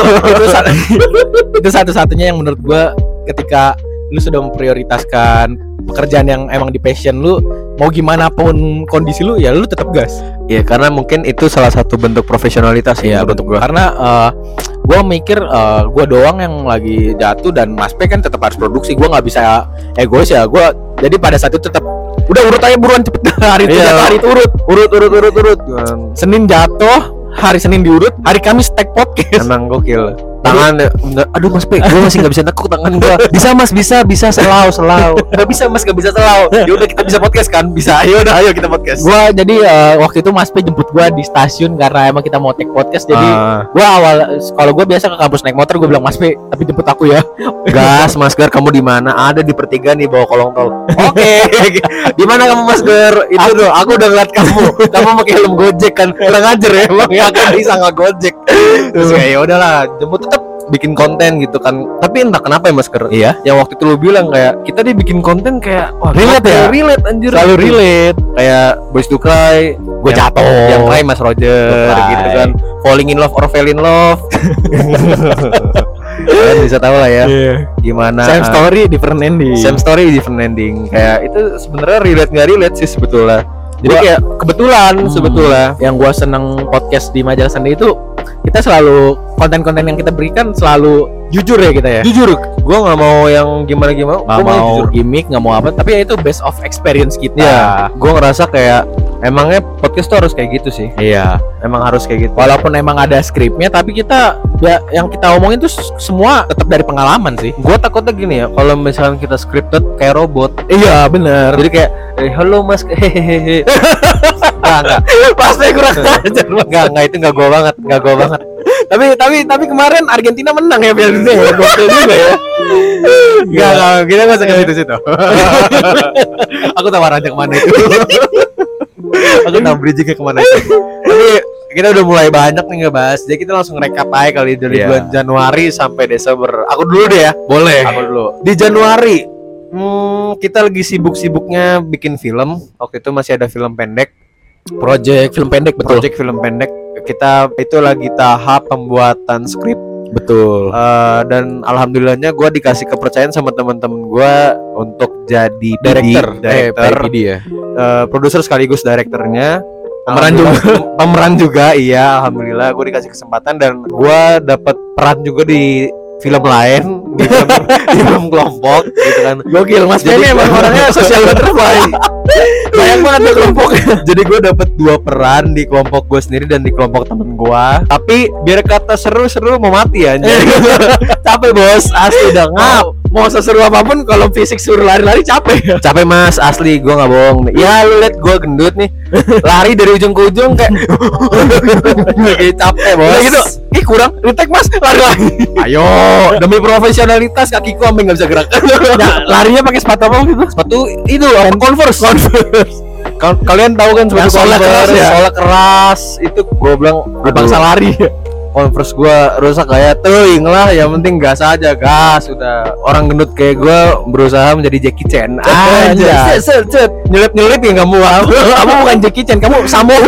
Itu satu-satunya yang menurut gue, ketika lu sudah memprioritaskan pekerjaan yang emang di passion lu, mau gimana pun kondisi lu, ya lu tetap gas.
Iya, karena mungkin itu salah satu bentuk profesionalitas
ya bentuk gue. Karena gue mikir gue doang yang lagi jatuh, dan Mas P kan tetap harus produksi. Gue nggak bisa egois ya. Gue jadi pada saat itu tetap udah urut aja buruan cepet. Hari itu hari itu urut. Senin jatuh, hari Senin diurut, hari Kamis tag podcast.
Emang gokil. Tangan enggak, aduh Mas P, gue masih nggak bisa nekuk tangan gue. Bisa Mas, bisa selau. Nggak bisa Mas, nggak bisa selau. Ya udah kita bisa podcast kan? Bisa. Ayo kita podcast.
Gue jadi waktu itu Mas P jemput gue di stasiun karena emang kita mau take podcast. Jadi gue kalau gue biasa ke kampus naik motor, gue bilang Mas P, tapi jemput aku ya.
Gas, Mas Ger, kamu di mana? Ada di pertigaan nih bawah kolong tol. Oke. Di mana kamu Mas Ger? Itu tuh, aku udah ngeliat kamu. Kamu pakai helm Gojek kan? Kurang ajar ya, emang ya kan bisa nggak Gojek. Terus kayak ya udahlah, jemput tetap bikin konten gitu kan. Tapi entah kenapa ya Mas Ger.
Iya.
Yang waktu itu lu bilang kayak kita dia bikin konten kayak wah, relate ya. Relate anjir.
Selalu relate.
Kayak Boys to Cry,
gue jatuh.
Yang Cry Mas Roger gitu kan. Falling in love or fell in love. Kalian bisa tahu lah ya. Gimana
Same story different ending.
Kayak itu sebenarnya relate nggak relate sih sebetulnya. Jadi kayak kebetulan sebetulnya.
Yang gue seneng podcast di Majalah Sandi itu, kita selalu konten-konten yang kita berikan selalu jujur ya kita ya.
Jujur, gue nggak mau yang gimana-gimana.
Nggak mau gimmick, nggak mau apa. Tapi ya itu based of experience kita.
Ya, gue ngerasa kayak emangnya podcast tuh harus kayak gitu sih.
Iya,
emang harus kayak gitu.
Walaupun emang ada skripnya, tapi kita ya, yang kita omongin tuh semua tetap dari pengalaman sih.
Gue takutnya gini ya, kalau misalnya kita scripted kayak robot.
Iya bener.
Jadi kayak halo Mas, hehehe. Enggak. Pasti kurang ajar. Enggak itu enggak gue banget.
Tapi kemarin Argentina menang ya Piala Dunia ya. Gokil juga ya.
Enggak, kita enggak usah ke situ. Aku tawar aja kemana itu. Aku tahu bridging-nya kemana itu. Tapi kita udah mulai banyak nih ngebahas. Jadi kita langsung recap aja kali dari bulan Januari sampai Desember. Aku dulu deh ya.
Boleh.
Aku dulu. Di Januari kita lagi sibuk-sibuknya bikin film. Waktu itu masih ada film pendek.
Project film pendek, betul.
Project film pendek. Kita itu lagi tahap pembuatan skrip.
Betul.
Dan alhamdulillahnya gue dikasih kepercayaan sama teman-teman gue untuk jadi
director,
ya. Produser sekaligus direkturnya.
Pemeran
juga, iya. Alhamdulillah gue dikasih kesempatan dan gue dapat peran juga di film lain di film kelompok gitu kan.
Gokil, Mas
Jadi
Benny emang orangnya social butterfly. Banyak banget di kelompoknya.
Jadi gue dapet 2 peran di kelompok gue sendiri dan di kelompok temen gue. Tapi biar kata seru-seru mau mati ya.
Capek bos, asli udah ngap. Mau seseru apapun kalau fisik suruh lari-lari capek.
Capek mas, asli gue nggak bohong. Ya lu liat gue gendut nih, lari dari ujung ke ujung kayak capek bos.
Udah gitu, ih kurang, retake mas, lari lagi.
Ayo, demi profesionalitas kakiku sampai nggak bisa gerak.
Nah, larinya pakai sepatu apa gitu?
Sepatu itu apa? Converse. Kalian tahu kan sepatu
Yang soalnya keras ya?
soalnya keras. Itu gue bilang
Bangsa lari.
Converse gue rusak kayak teuing lah, yang penting gas aja, gas. Udah orang gendut kayak gue berusaha menjadi Jackie Chan aja.
Set.
Nyelip ya nggak mual.
Kamu bukan Jackie Chan, kamu Samung.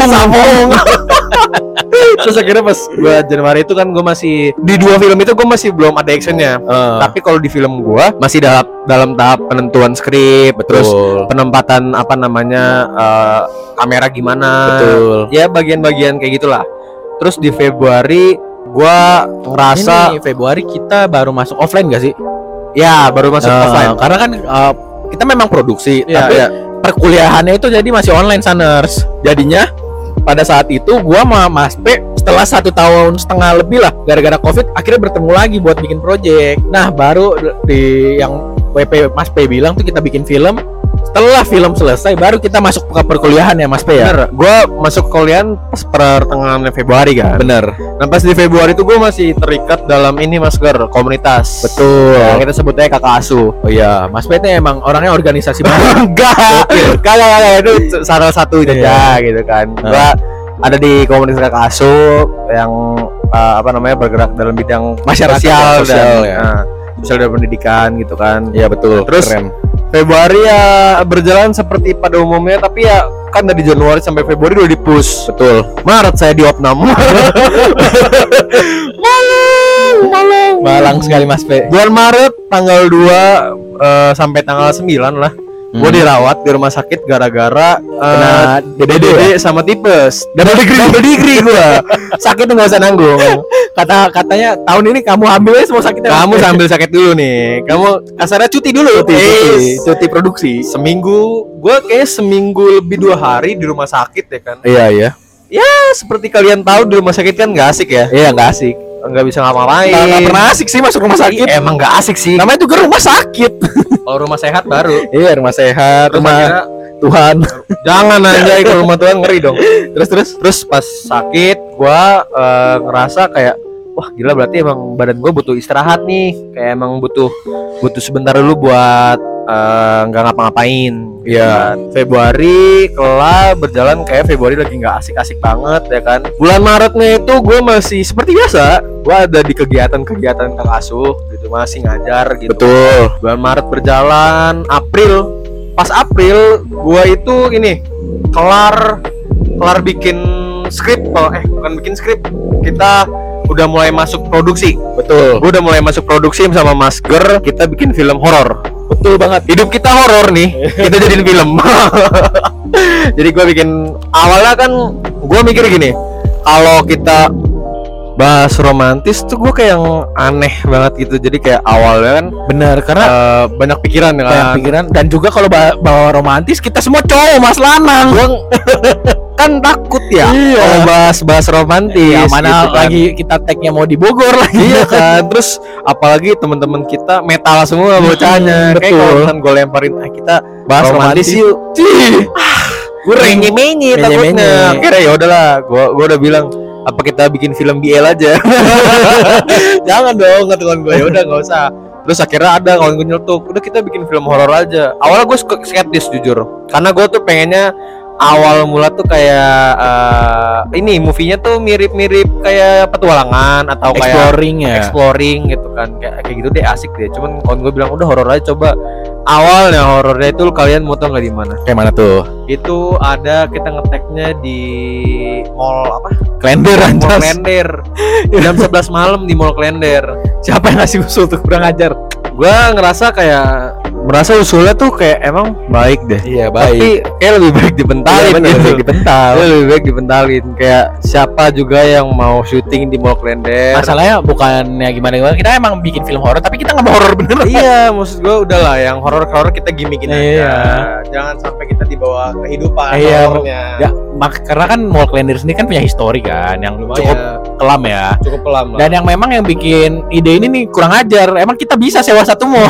Terus akhirnya pas gue Januari itu kan gue masih di 2 film itu gue masih belum ada actionnya. Tapi kalau di film gue masih dalam tahap penentuan skrip, terus penempatan apa namanya kamera gimana,
betul.
Ya bagian-bagian kayak gitulah. Terus di Februari gua ngerasa
ini Februari kita baru masuk offline gak sih?
ya baru masuk offline.
Karena kan kita memang produksi,
Ya,
tapi
ya.
perkuliahannya itu jadi masih online Saners. Jadinya pada saat itu gua sama Mas P setelah 1,5 tahun lebih lah gara-gara Covid akhirnya bertemu lagi buat bikin project. Nah, baru di yang WP Mas P bilang tuh kita bikin film. Setelah film selesai baru kita masuk ke perkuliahan ya Mas P ya.
Bener, gua masuk kuliahan pas pertengahan Februari kan.
Bener.
Nah pas di Februari itu gua masih terikat dalam ini Mas Gar, komunitas.
Betul.
Nah, kita sebutnya kakak asuh.
Oh iya, Mas P ini emang orangnya organisasi banget.
Enggak, itu salah satu aja gitu kan. Gua ada di komunitas kakak asuh yang apa namanya bergerak dalam bidang
Masyarakat
sosial
sosial,
dan
ya.
sosial dan pendidikan gitu kan.
Iya betul.
Terus
keren.
Februari ya berjalan seperti pada umumnya, tapi ya kan dari Januari sampai Februari udah di-push.
Betul.
Maret saya di opnam.
Malang sekali Mas P.
Bulan Maret tanggal 2 sampai tanggal 9 lah. Gue dirawat di rumah sakit gara-gara
Kena
DBD sama tipes. Double degree gue. Sakit tuh nggak usah nanggung.
Katanya tahun ini kamu hamilnya semua sakitnya.
Kamu sambil sakit dulu nih. Kamu kasarnya cuti dulu.
Cuti produksi.
Seminggu. Gue kayaknya seminggu lebih 2 hari di rumah sakit ya kan.
Iya.
Ya seperti kalian tahu di rumah sakit kan nggak asik ya.
Iya nggak asik.
Nggak bisa ngapa-ngapain.
Nggak pernah asik sih masuk rumah sakit.
Emang nggak asik sih.
Namanya juga rumah sakit.
Kalau rumah sehat baru.
Iya rumah sehat.
Terus
Rumah
akhirnya,
Tuhan.
jangan anjay, kalau rumah Tuhan ngeri dong. Terus pas sakit gua ngerasa kayak wah gila, berarti emang badan gua butuh istirahat nih. Kayak emang butuh sebentar dulu buat nggak ngapa-ngapain.
Iya.
Februari kelar berjalan kayak Februari lagi nggak asik-asik banget ya kan. Bulan Maretnya itu gue masih seperti biasa, gue ada di kegiatan kakak asuh gitu, masih ngajar gitu.
Betul.
Bulan Maret berjalan, pas April gue itu ini kelar bikin skrip. Bukan bikin skrip, kita udah mulai masuk produksi.
Betul.
Gue udah mulai masuk produksi sama Mas Ger, kita bikin film horor.
Betul banget.
Hidup kita horor nih, kita jadiin film. Jadi gue bikin, awalnya kan gue mikir gini, kalau kita bahas romantis tuh gue kayak yang aneh banget gitu. Jadi kayak awalnya kan
Bener karena
banyak pikiran ya kan.
banyak pikiran dan juga kalau bawa romantis kita semua cowok Mas Lanang.
Gue kan takut ya
Iya.
kalau bahas romantis.
Ya, mana
gitu kan.
lagi kita tag-nya mau di Bogor lagi.
Iya kan. Terus apalagi teman-teman kita metal semua bocahnya. Kayak
betul.
kalau misalkan gue lemparin kita
Bahas
romantis
romantis.
yuk. Gue
Menye-menye.
menye takutnya. Akhirnya ya udahlah, gue udah bilang apa kita bikin film BL aja. Jangan dong, kata kawan gue. Ya udah nggak usah. Terus akhirnya ada kawan gue nyeletuk, udah kita bikin film horor aja. Awalnya gue skeptis jujur, karena gue tuh pengennya awal mula tuh kayak ini movie-nya tuh mirip-mirip kayak petualangan atau kayak exploring gitu kan, kayak gitu deh, asik deh. Cuman kawan gue bilang udah horor aja coba. Awalnya horornya itu kalian mau tau nggak di mana?
Kayak mana tuh?
Itu ada kita ngeteknya di mall apa?
Klender
Mall
anjas.
Klender. Jam 11 malam di Mall Klender.
Siapa yang ngasih usul tuh kurang ajar?
Gua ngerasa kayak merasa usulnya tuh kayak emang baik deh.
Iya,
Tapi kayak lebih baik dipentalin
Iya, bener,
gitu.
lebih dipental.
Iya, lebih baik dipentalin. Kayak siapa juga yang mau syuting di Mall Klender.
Masalahnya bukannya gimana, kita emang bikin film horor tapi kita nggak mau horor bener.
Iya, maksud gue udahlah yang horor-horor kita gimmickin aja.
Iya.
Jangan sampai kita dibawa kehidupan
Iya,
horornya.
Ya, karena kan Mall Klender sendiri kan punya histori kan yang cukup kelam ya.
cukup kelam lah.
Dan yang memang yang bikin ide ini nih kurang ajar. Emang kita bisa sewa satu mall.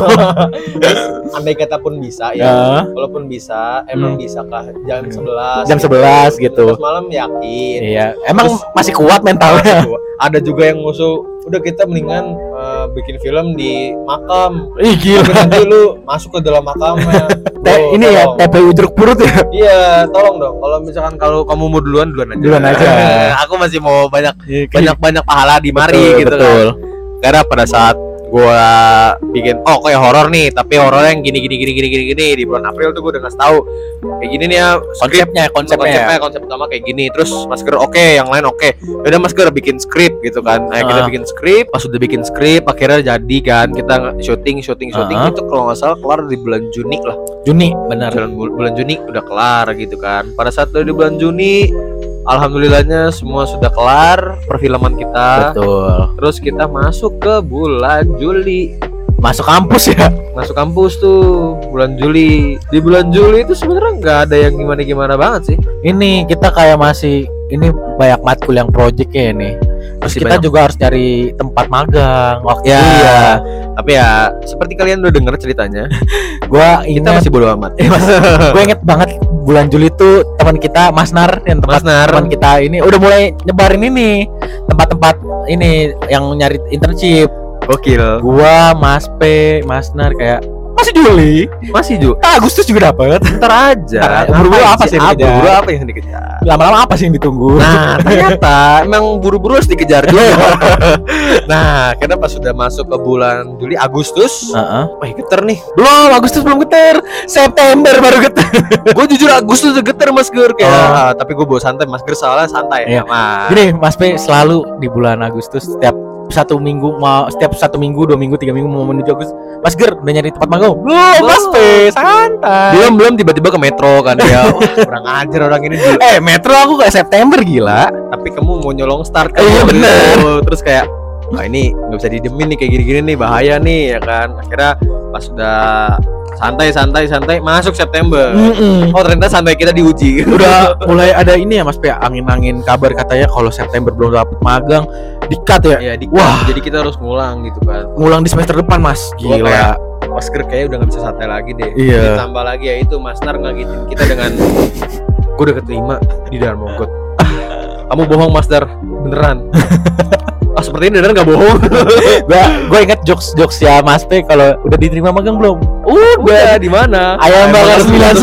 Andai kata pun bisa
Ya.
ya. Walaupun bisa, emang bisakah jam 11?
Jam 11 gitu.
11 malam yakin.
Iya, emang
Terus-
masih kuat mentalnya.
Ada juga yang musuh, udah kita mendingan bikin film di makam.
Ih
Tapi
gila.
nanti lu masuk ke dalam makamnya.
Ini ya
Tolong.
TPU jeruk purut ya.
Iya, tolong dong. Kalau misalkan kalau kamu mau duluan aja.
Duluan aja.
Aku masih mau banyak
Banyak
pahala di mari
betul,
gitu
betul.
kan. Karena pada saat gua bikin kayak horor nih, tapi horor yang gini di bulan April tuh gua udah ngasih tahu kayak gini nih ya
Konsepnya.
konsep utama kayak gini, terus masker oke, yang lain oke. Udah masker bikin skrip gitu kan. Nah, kita bikin skrip, pas udah bikin skrip akhirnya jadi kan kita syuting itu kalau nggak salah kelar di bulan Juni lah.
Juni benar.
Bulan Juni udah kelar gitu kan. Pada saat udah di bulan Juni, alhamdulillahnya semua sudah kelar perfilman kita.
Betul.
Terus kita masuk ke bulan Juli.
Masuk kampus ya.
Masuk kampus tuh bulan Juli. Di bulan Juli itu sebenarnya nggak ada yang gimana banget sih.
Ini kita kayak masih ini banyak matkul yang project ya ini. Terus
Masih
kita
banyak.
juga harus cari tempat magang waktu
Ya,
itu ya.
tapi ya seperti kalian udah denger ceritanya,
Gua
kita
ingat
masih bodo amat.
gue inget banget bulan Juli tuh teman kita Mas Nar yang
Mas Nar.
teman kita ini udah mulai nyebarin ini tempat-tempat ini yang nyari internship.
Gokil.
Gua Mas P, Mas Nar kayak masih Juli,
Masih Ju.
Agustus juga dapat.
Ntar aja.
Ntar aja. Buru-buru
Ngapain
apa sih yang dikejar?
Buru-buru apa yang dikejar?
Lama-lama apa sih yang ditunggu?
Nah, ternyata emang buru-buru harus dikejar juga. Nah, karena pas sudah masuk ke bulan Juli, Agustus,
Heeh.
wah geter nih.
Belum, Agustus belum geter. September baru geter.
Gue jujur Agustus udah geter Mas Ger kayak,
Oh.
tapi gue bawa santai Mas Ger soalnya santai.
Iya.
Nah,
Gini, Mas P selalu di bulan Agustus setiap satu minggu 2 minggu 3 minggu mau menuju Agustus. Mas Ger udah nyari tempat magang? Belum, Mas P, santai.
belum tiba-tiba ke metro kan ya. Wah, kurang ajar orang ini dulu.
Metro aku kayak September gila.
Tapi kamu mau nyolong start kan?
Iya,
waktu
bener.
itu. Terus kayak, wah ini nggak bisa didiemin nih kayak gini-gini nih, bahaya nih ya kan. Akhirnya pas sudah santai masuk September. Oh ternyata santai kita diuji.
Udah mulai ada ini ya Mas P, angin-angin kabar katanya kalau September belum dapat magang di-cut ya.
Ya
Wah.
jadi kita harus ngulang gitu kan.
Ngulang di semester depan, Mas.
Gua
Gila.
kayak, Masker kayaknya udah gak bisa santai lagi deh.
Iya.
Ditambah lagi ya itu Mas Nar ngagitin kita dengan gue udah keterima di Darmogot. Kamu bohong Mas Dar, beneran. Sepertinya beneran gak bohong.
Gua ingat jokes ya Mas P kalau udah diterima magang belum?
Udah di mana?
Ayam bakar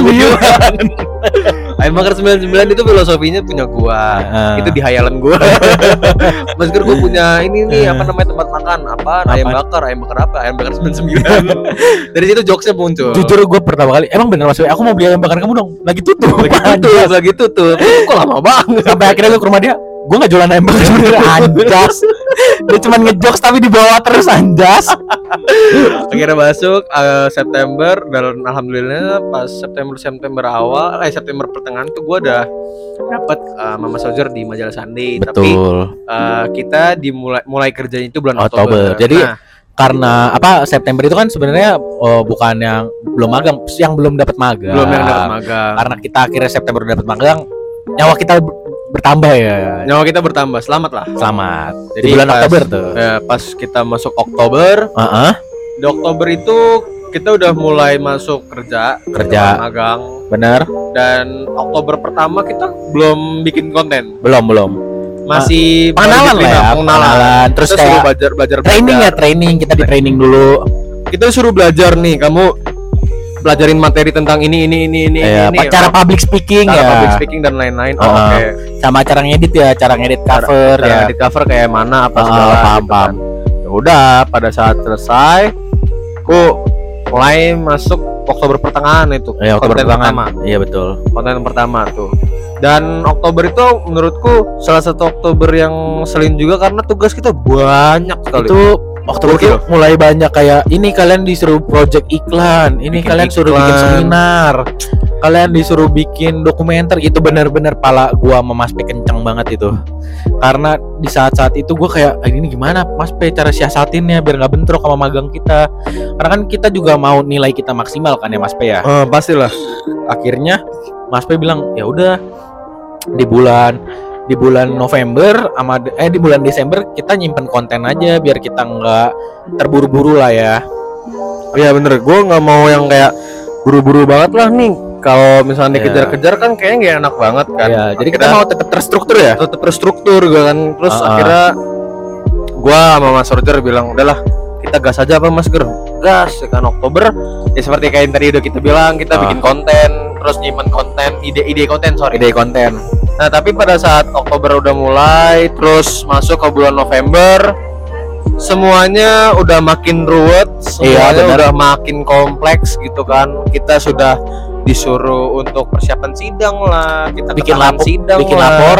99.
Ayam bakar 99 itu filosofinya punya gua. Itu di hayalan gua. Mas Ger, gua punya ini nih apa namanya tempat makan? Apaan? Ayam bakar apa? Ayam bakar 99. Dari situ jokesnya muncul.
Jujur gue pertama kali emang bener Mas P, aku mau beli ayam bakar kamu dong. Lagi tutup.
Lagi tutup. Kok lama banget?
Sampai akhirnya gue ke rumah dia. Gue gak jualan ayam bakar sebenernya, anjas. Dia cuma ngejokes tapi dibawa terus, anjas.
Akhirnya masuk September, dan alhamdulillah pas September awal, September pertengahan tuh gue udah dapat Mama Soldier di majalah Sunday. Tapi kita mulai kerjanya itu bulan Oktober.
Jadi karena apa September itu kan sebenarnya bukan yang belum magang, yang belum dapat magang.
Belum yang dapat magang.
Karena kita akhirnya September dapat magang, nyawa kita bertambah ya.
Nyawa kita bertambah, selamat lah.
Selamat.
Jadi
di bulan
pas,
Oktober tuh.
Pas kita masuk Oktober, di Oktober itu kita udah mulai masuk kerja magang.
Bener.
Dan Oktober pertama kita belum bikin konten.
Belum.
Masih
pengenalan lah ya, pengenalan. Terus
kita
kayak
suruh belajar
training kita di training dulu.
Kita suruh belajar nih, kamu pelajarin materi tentang ini
cara public speaking
public speaking dan lain-lain. Oke.
Sama cara ngedit ya, cara ngedit cover
cara ngedit cover kayak mana apa segala
paham.
Ya udah, pada saat selesai aku mulai masuk Oktober pertengahan itu.
Oktober
konten
pertengahan.
pertama.
Iya betul.
Konten pertama tuh. Dan Oktober itu menurutku salah satu Oktober yang selin juga karena tugas kita banyak sekali.
Itu Oktober tuh mulai banyak kayak ini kalian disuruh project iklan, ini kalian suruh bikin seminar, kalian disuruh bikin dokumenter. Itu benar-benar pala gua sama Mas P kencang banget itu. Karena di saat-saat itu gua kayak ini gimana Mas P cara siasatinnya biar nggak bentrok sama magang kita. Karena kan kita juga mau nilai kita maksimal kan ya Mas P ya.
Pastilah.
Akhirnya Mas P bilang ya udah di bulan November sama di bulan Desember kita nyimpen konten aja biar kita nggak terburu-buru lah ya.
Iya bener, gue nggak mau yang kayak buru-buru banget lah nih. Kalau misalnya dikejar-kejar kan kayaknya nggak enak banget kan.
Iya, jadi kita mau tetap terstruktur ya.
Tetap terstruktur gue kan. Terus akhirnya gue sama Mas Roger bilang udahlah kita gas aja apa Mas Ger? Gas ya kan Oktober. Ya seperti kayak yang tadi udah kita bilang kita bikin konten, terus nyimpen konten, ide konten. Nah tapi pada saat Oktober udah mulai, terus masuk ke bulan November, semuanya udah makin ruwet, semuanya udah makin kompleks gitu kan. Kita sudah disuruh untuk persiapan sidang lah, kita
bikin
bikin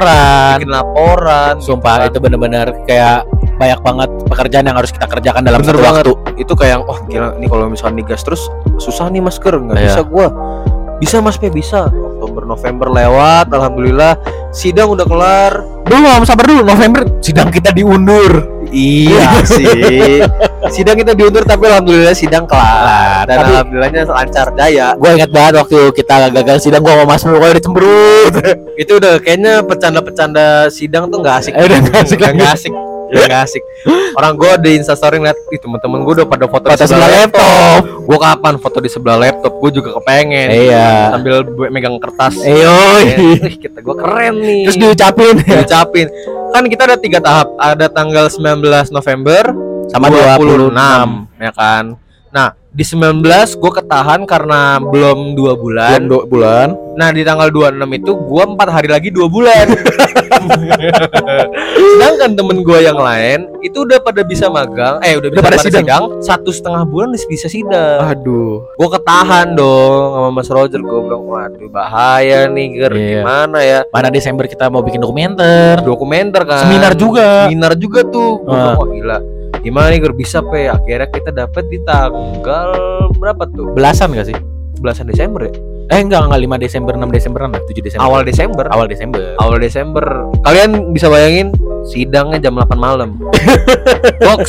laporan.
Sumpah itu benar-benar kayak banyak banget pekerjaan yang harus kita kerjakan dalam satu waktu.
Itu kayak gila ini kalau misalnya digas terus susah nih Mas Ger, nggak bisa gua. Bisa Mas P, bisa. Oktober November lewat, alhamdulillah sidang udah kelar.
Belum, sabar dulu, November sidang kita diundur.
Iya sih. Sidang kita diundur tapi alhamdulillah sidang kelar. Dan alhamdulillahnya lancar jaya.
Gue ingat banget waktu kita gagal sidang gua sama Mas Mul udah cemberut.
Itu udah kayaknya bercanda-bercanda sidang tuh enggak asik. Gak asik. Orang gue di Instastory ngeliat temen-temen gue udah pada foto di sebelah laptop. Gue kapan foto di sebelah laptop? Gue juga kepengen.
Iya.
Sambil megang kertas.
Kita
gue keren nih.
Terus diucapin.
Kan kita ada 3 tahap. Ada tanggal 19 November
sama 26
ya kan. Nah di 19 gue ketahan karena belum 2 bulan. Nah di tanggal 26 itu gue 4 hari lagi 2 bulan. Sedangkan temen gue yang lain itu udah pada bisa magang, udah pada sidang 1,5 bulan bisa sidang.
Aduh,
gue ketahan dong sama Mas Roger. Gue bilang waduh bahaya nih Ger, gimana ya?
Mana Desember kita mau bikin dokumenter
kan? Seminar juga tuh. Gue bilang wah gila. Gimana nih Ger bisa P? Akhirnya kita dapat di tanggal berapa tuh?
Belasan gak sih?
Belasan Desember ya?
Enggak 5 Desember, 6 Desemberan lah, 7 Desember. Awal Desember. Kalian bisa bayangin sidangnya jam 8 malam. Box.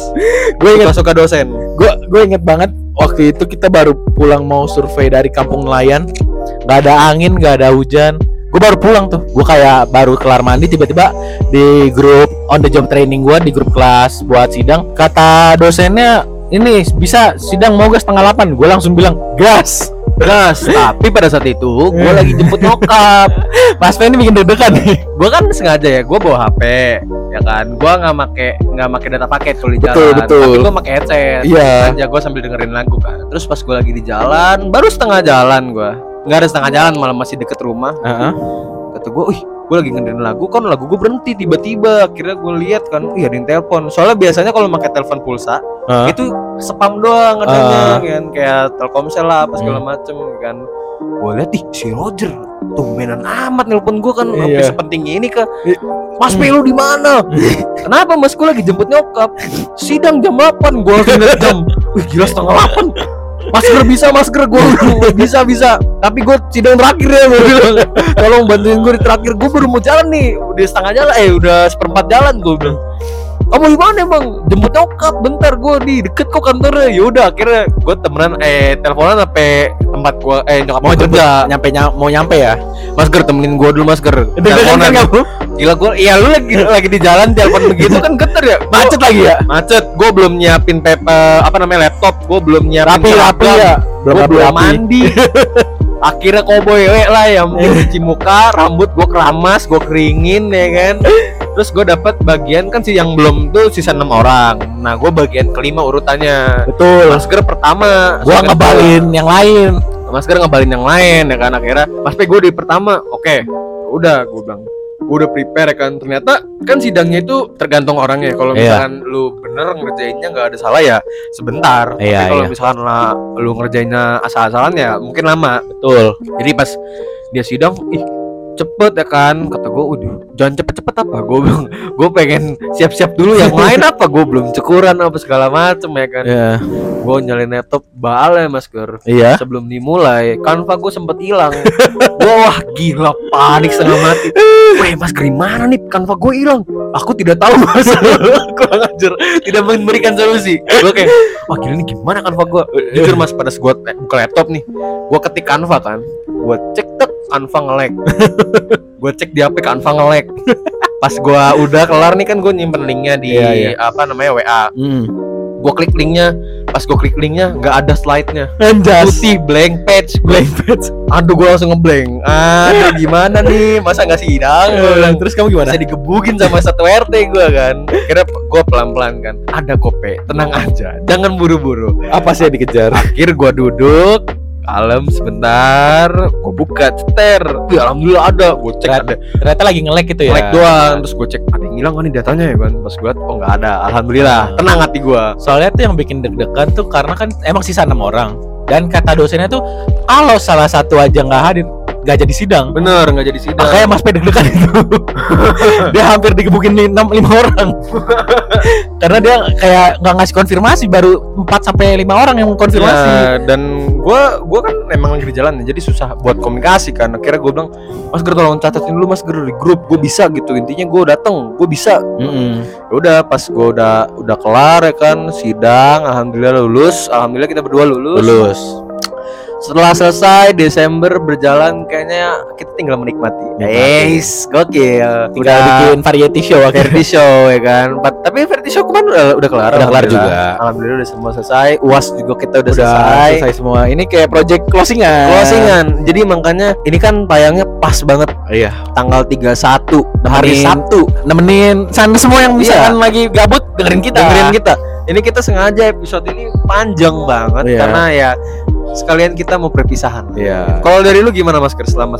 Gue ingat suka dosen. Gue inget banget waktu itu kita baru pulang mau survei dari Kampung Nelayan. Gak ada angin, gak ada hujan. Gue baru pulang tuh. Gue kayak baru kelar mandi tiba-tiba di grup on the job training gue di grup kelas buat sidang. Kata dosennya ini bisa sidang mau gas 7:30. Gue langsung bilang gas. Tapi pada saat itu gue lagi jemput nyokap. Mas Pen ini bikin deg-degan nih. Gue kan sengaja ya, gue bawa HP ya kan. Gue nggak make data paket kalau di jalan. Betul. Tapi gue pakai headset. Iya. Aja gue sambil dengerin lagu kan. Terus pas gue lagi di jalan, baru setengah jalan gue. Nggak ada setengah jalan, malah masih deket rumah. Kata gue, gue lagi ngedengerin lagu kan, lagu gue berhenti tiba-tiba. Akhirnya gue lihat kan, ada yang telepon. Soalnya biasanya kalau pakai telepon pulsa itu spam doang adanya kan, kayak Telkomsel lah apa segala macem kan. Gue lihat si Roger tumbenan amat nelpon gue kan, sampai sepenting ini ke Mas P lu di mana? Kenapa Mas, gue lagi jemput nyokap. Sidang jam 8, gue langsung lihat jam. Gila 7:30. Masker gue bisa. Tapi gue sidang terakhir ya, gue bilang. Tolong bantuin gue di terakhir. Gue baru mau jalan nih, udah setengah jalan, udah 1/4 jalan. Gue bilang, kamu gimana bang? Jemput nyokap, bentar gue di deket kok kantornya. Yaudah, akhirnya gue temenan teleponan sampai tempat gue nyokap mau kerja. Mau nyampe ya. Masker temenin gue dulu Masker. Teleponan kamu. Gila gue, lu lagi di jalan telepon begitu kan geter ya. Macet lagi ya. Macet. Gue belum nyiapin laptop. Gue belum nyiapin rapi ya. Belum mandi. Akhirnya koboi lah yang cuci muka, rambut gue keramas, gue keringin ya kan. Terus gue dapat bagian kan yang belum tuh sisa 6 orang. Nah gue bagian kelima urutannya. Betul. Masker pertama. Gue ngebalin yang lain. Masker ngebalin yang lain ya kan. Akhirnya Mas P gue di pertama. Oke. Udah gue bilang. Gue udah prepare kan. Ternyata kan sidangnya itu tergantung orangnya. Kalau misalkan lu bener ngerjainnya nggak ada salah ya sebentar. Tapi kalau misalkan lu ngerjainnya asal-asalan ya mungkin lama. Betul. Jadi pas dia sidang,
cepet-cepet ya kan. Kata gue, jangan cepet-cepet apa. Gue bilang, gue pengen siap-siap dulu yang lain apa. Gue belum cukuran apa segala macem ya kan. Gue nyalain laptop, ya masker. Sebelum dimulai, Canva gue sempet hilang. Wah gila, panik setengah mati. Weh mas, gimana nih Canva gue hilang? Aku tidak tahu mas. Kurang ajar, tidak memberikan solusi. Gue kayak, wah gila nih gimana Canva gue. Jujur mas, pada gue buka laptop nih, gue ketik Canva kan, gue cek Canva nge-lag. Gue cek di HP Canva nge-lag. Pas gue udah kelar nih kan, gue nyimpen linknya di WA. Gue klik linknya, pas gue klik linknya nggak ada slide-nya, putih blank page. Aduh gue langsung ngeblank. Aduh gimana nih, masa nggak sidang?
Terus kamu gimana?
Saya digebukin sama satu RT gue kan. Kira gue pelan-pelan kan, ada kope, tenang aja, jangan buru-buru.
Apa sih yang dikejar?
Akhir gue duduk, kalem sebentar, gue buka ceter, alhamdulillah ada. Gue cek
ternyata lagi nge-lag gitu ya.
Nge-lag doang, terus gue cek ada yang hilang kan nih datanya ya kan. Pas gue oh nggak ada, alhamdulillah, tenang hati gue.
Soalnya tuh yang bikin deg-degan tuh karena kan emang sisa 6 orang. Dan kata dosennya tuh kalau salah satu aja nggak hadir, nggak jadi sidang.
Bener, nggak jadi sidang.
Makanya Mas P deg-degan itu. Dia hampir digebukin 5 orang. Karena dia kayak nggak ngasih konfirmasi, baru 4-5 orang yang konfirmasi.
Ya, dan gue kan emang lagi di jalan jadi susah buat komunikasi kan. Akhirnya gue bilang, Mas Ger tolong catatin dulu Mas Ger di grup, gue bisa gitu. Intinya gue dateng, gue bisa. Udah pas gue udah kelar ya kan sidang, alhamdulillah lulus. Alhamdulillah kita berdua lulus. Setelah selesai Desember berjalan, kayaknya kita tinggal menikmati. Gokil.
Tinggal bikin variety show
ya kan. Tapi variety show kemarin udah kelar.
Udah kelar juga.
Alhamdulillah udah semua selesai. UAS juga kita udah selesai
semua. Ini kayak project closingan.
Jadi makanya ini kan tayangnya pas banget.
Iya.
Tanggal 31 hari Sabtu.
Nemenin semua yang bisa kan lagi gabut dengerin kita.
Ini kita sengaja episode ini panjang banget karena ya sekalian kita mau perpisahan.
Iya.
Kalau dari lu gimana Mas Ker selama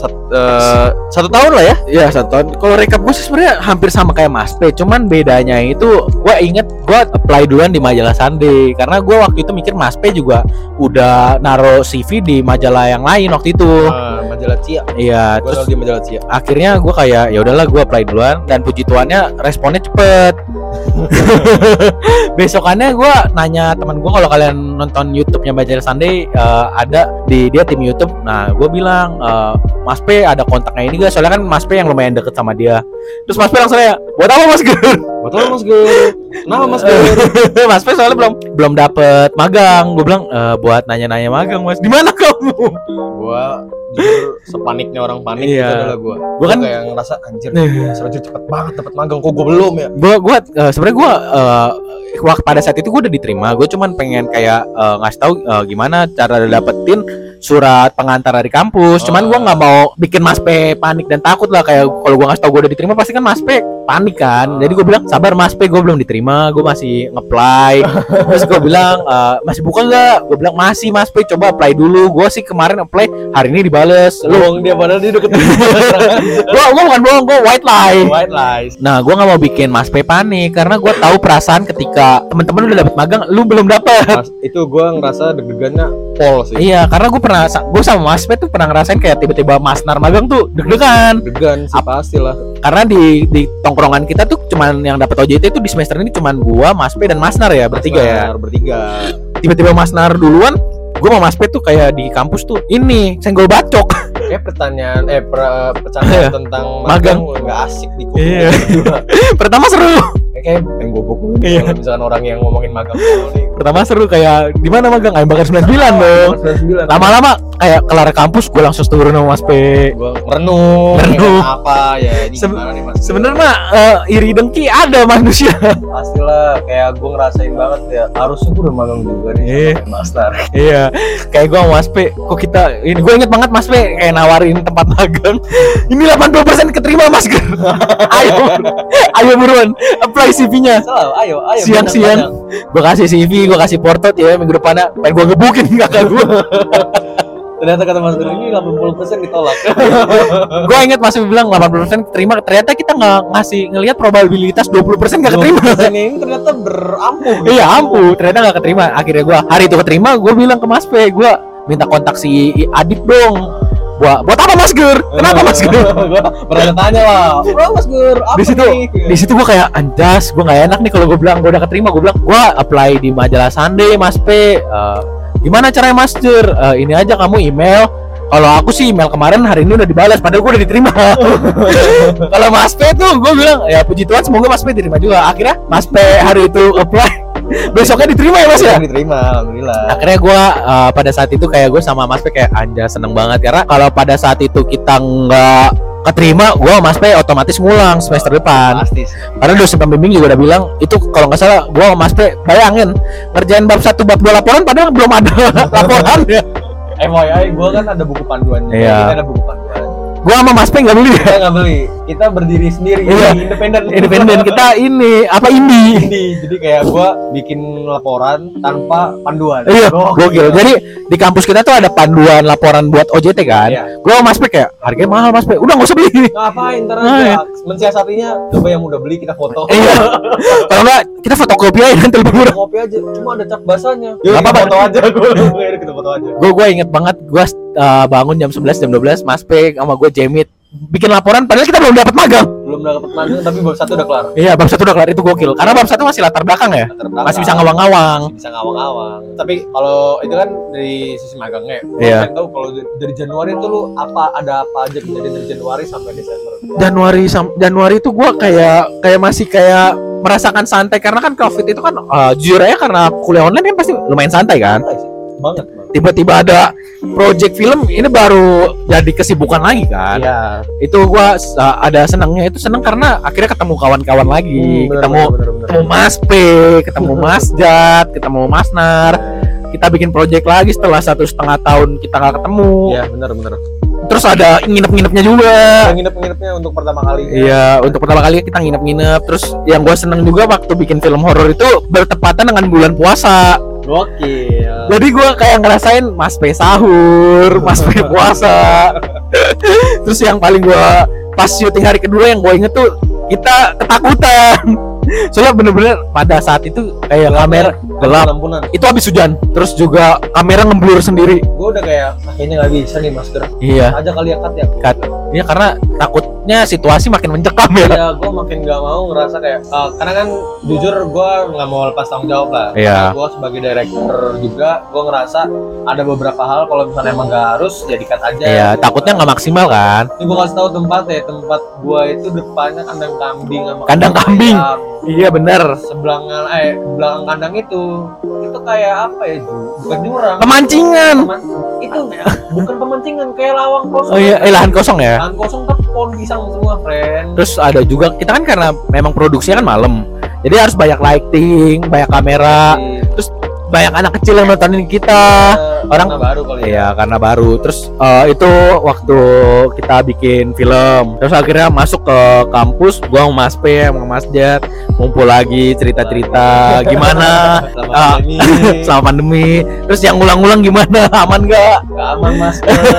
1 tahun lah ya?
Iya 1 tahun. Kalau rekap gue sih sebenarnya hampir sama kayak Mas P, cuman bedanya itu gue inget gue apply duluan di majalah Sunday karena gue waktu itu mikir Mas P juga udah naro CV di majalah yang lain waktu itu.
Majalah Cia.
Iya.
Terus di majalah Cia.
Akhirnya gue kayak ya udahlah gue apply duluan dan puji Tuhannya responnya cepet. Besokannya gue nanya teman gue, kalau kalian nonton YouTube-nya majalah Sunday ada dia tim YouTube. Nah gue bilang Mas P ada kontaknya ini gak? Soalnya kan Mas P yang lumayan deket sama dia. Terus Mas P langsung ya, buat apa Mas Ger? Kenapa Mas Ger? Mas P soalnya belum dapet magang. Gue bilang buat nanya-nanya magang Mas. Di mana kamu?
Gue jujur sepaniknya orang panik itu adalah gue kan kayak ngerasa anjir serajur cepet banget dapet magang, kok gue belum ya.
Gue sebenarnya gue waktu pada saat itu gue udah diterima. Gue cuman pengen kayak ngasih tahu gimana cara dapetin surat pengantar dari kampus. Cuman gue nggak mau bikin Mas P panik dan takut lah. Kayak kalau gue ngasih tahu gue udah diterima pasti kan Mas P panik kan. Jadi gue bilang sabar Mas P, gue belum diterima, gue masih nge-apply. Terus gue bilang masih buka nggak? Gue bilang masih Mas P, coba apply dulu. Gue sih kemarin apply, hari ini dibales.
Bohong dia, padahal dia udah ketemu.
Gue bukan bohong, gue white lies. Nah gue nggak mau bikin Mas P panik karena gue tahu perasaan ketika teman-teman udah dapet magang, lu belum dapet.
Itu gue ngerasa deg-degannya pol sih.
Iya, karena gue sama Mas P tuh pernah ngerasain kayak tiba-tiba Masnar magang tuh deg-degan
sih pastilah.
Karena di tongkrongan kita tuh cuman yang dapat OJT itu di semester ini cuman gua, Mas P dan Masnar ya, bertiga. Tiba-tiba Masnar duluan, gua sama Mas P tuh kayak di kampus tuh ini senggol bacok.
Kayak pertanyaan tentang magang nggak asik di kuping.
Iya. Pertama seru.
Kayak pengen gue pukul kalau misalkan orang yang ngomongin magang nih.
Pertama seru kayak di mana magang? Ayam bakar 99 dong. 99. Lama-lama kayak kelar kampus gue langsung turun sama Mas P.
Gue merenung. Apa ya ini gimana nih Mas?
Sebenarnya mah iri dengki ada manusia.
Pastilah, kayak gue ngerasain banget ya. Harusnya gue udah magang juga nih sama Master.
Iya. Kayak gue sama Mas P, kok kita ini gue inget banget Mas P kayak nawarin tempat magang. Ini 80% keterima Mas Ger. Ayo buruan apply CV-nya.
Ayo.
Siang-siang gue kasih CV, gue kasih portot ya, minggu depannya pengen gue gebukin kakak gue.
Ternyata kata Mas Ger ini 80% ditolak.
Gue inget Mas bilang 80% terima, ternyata kita nggak ngasih ngelihat probabilitas 20% nggak keterima.
Ini ternyata berampuh.
Iya ampuh, ternyata nggak keterima. Akhirnya gue hari itu keterima, gue bilang ke Mas P, gue minta kontak si Adip dong. buat apa Mas Gur? Kenapa Mas Gur?
Gue pernah tanya lah, bro Mas Gur, apa
Di situ gue kayak anjas, gue nggak enak nih kalau gue bilang gue udah keterima. Gue bilang gue apply di majalah Sunday Mas P. Gimana caranya Mas Gur? Ini aja kamu email. Kalau aku sih email kemarin hari ini udah dibalas, padahal gue udah diterima. Kalau Mas P tuh gue bilang ya puji Tuhan semoga Mas P diterima juga. Akhirnya Mas P hari itu apply, besoknya diterima ya Mas ya?
Diterima, alhamdulillah.
Akhirnya gue pada saat itu kayak gue sama Mas P kayak anjas seneng banget karena kalau pada saat itu kita nggak keterima, gue sama Mas P otomatis ngulang semester depan.
Pasti.
Karena dosen pembimbing juga udah bilang itu kalau nggak salah gue sama Mas P bayangin ngerjain bab 1 bab 2 laporan padahal belum ada laporan ya.
FYI, gue kan ada buku panduannya.
Iya.
Kita ada buku panduan.
Gue sama Mas P nggak beli ya.
Kita nggak beli. Kita berdiri sendiri.
Iya. Independen. Kita ini apa indie.
Jadi kayak gue bikin laporan tanpa panduan.
Iya. Gokil. Jadi di kampus kita tuh ada panduan laporan buat OJT kan.
Iya.
Gue sama Mas P kayak harganya mahal Mas P. Udah nggak usah beli.
Ngapain ntar aja. Mensiasatinya coba yang udah beli kita foto.
Iya. Kalau nggak kita fotokopi aja nanti lebih murah.
Kopi aja. Cuma ada cap basahnya.
Nggak apa-apa.
Foto aja gue. Kita foto aja.
Gue inget banget gue bangun jam 11 jam 12 Mas P sama gue Jemit bikin laporan padahal kita belum dapat magang.
Belum dapat magang tapi bab 1 udah kelar.
Iya, bab 1 udah kelar, itu gokil. Karena bab 1 masih latar belakang ya. Masih bisa ngawang-ngawang.
Bisa ngawang-ngawang. Tapi kalau itu kan dari sisi magangnya.
Iya.
Pengen tahu kalau dari Januari itu lu ada apa aja kejadian dari Januari sampai Desember.
Januari itu gua kayak masih kayak merasakan santai karena kan Covid itu kan jujur aja karena kuliah online kan pasti lumayan santai kan.
Banget.
Tiba-tiba ada project film ini baru jadi kesibukan lagi kan.
Iya.
Itu gua ada senangnya, itu senang karena akhirnya ketemu kawan-kawan lagi, ketemu Mas P, ketemu Mas Jat, ketemu Mas Nar. Kita bikin project lagi setelah 1,5 tahun kita nggak ketemu.
Iya, benar.
Terus ada nginep-nginepnya juga.
Nginep-nginepnya untuk pertama kali.
Iya, untuk pertama kali kita nginep-nginep. Terus yang gua seneng juga waktu bikin film horor itu bertepatan dengan bulan puasa.
Gokil.
Jadi gue kayak ngerasain Mas P sahur, Mas P puasa. Terus yang paling gue pas syuting hari kedua yang gue inget tuh kita ketakutan. Soalnya bener-bener pada saat itu kayak kamera gelap. Itu habis hujan. Terus juga kamera ngeblur sendiri.
Gue udah kayak kayaknya nggak bisa nih masker.
Iya.
Aja kali ya cut ya.
Cut. Iya karena takutnya situasi makin mencekam ya.
Iya, gue makin nggak mau ngerasa kayak karena kan jujur gue nggak mau lepas tanggung jawab lah.
Iya.
Gue sebagai director juga gue ngerasa ada beberapa hal kalau misalnya emang nggak harus ya di cut aja.
Iya. Takutnya nggak maksimal kan.
Ini gue kasih tahu tempat gue itu depannya kandang kambing sama
kandang kambing. Iya benar.
Belakang kandang itu kayak apa ya, bukan jurang.
Pemancingan.
Itu bukan pemancingan, kayak lawang kosong.
Oh iya, lahan kosong ya.
Lahan kosong tapi pohon pisang semua, friend.
Terus ada juga kita kan karena memang produksinya kan malam, jadi harus banyak lighting, banyak kamera. Terus banyak anak kecil yang nontonin kita. Orang
karena baru kali
ya. Karena baru. Terus itu waktu kita bikin film. Terus akhirnya masuk ke kampus, gua sama Mas P, sama Mas Jat ngumpul lagi cerita-cerita gimana selama pandemi. Terus yang ngulang-ngulang gimana? Aman enggak?
Enggak aman, Mas.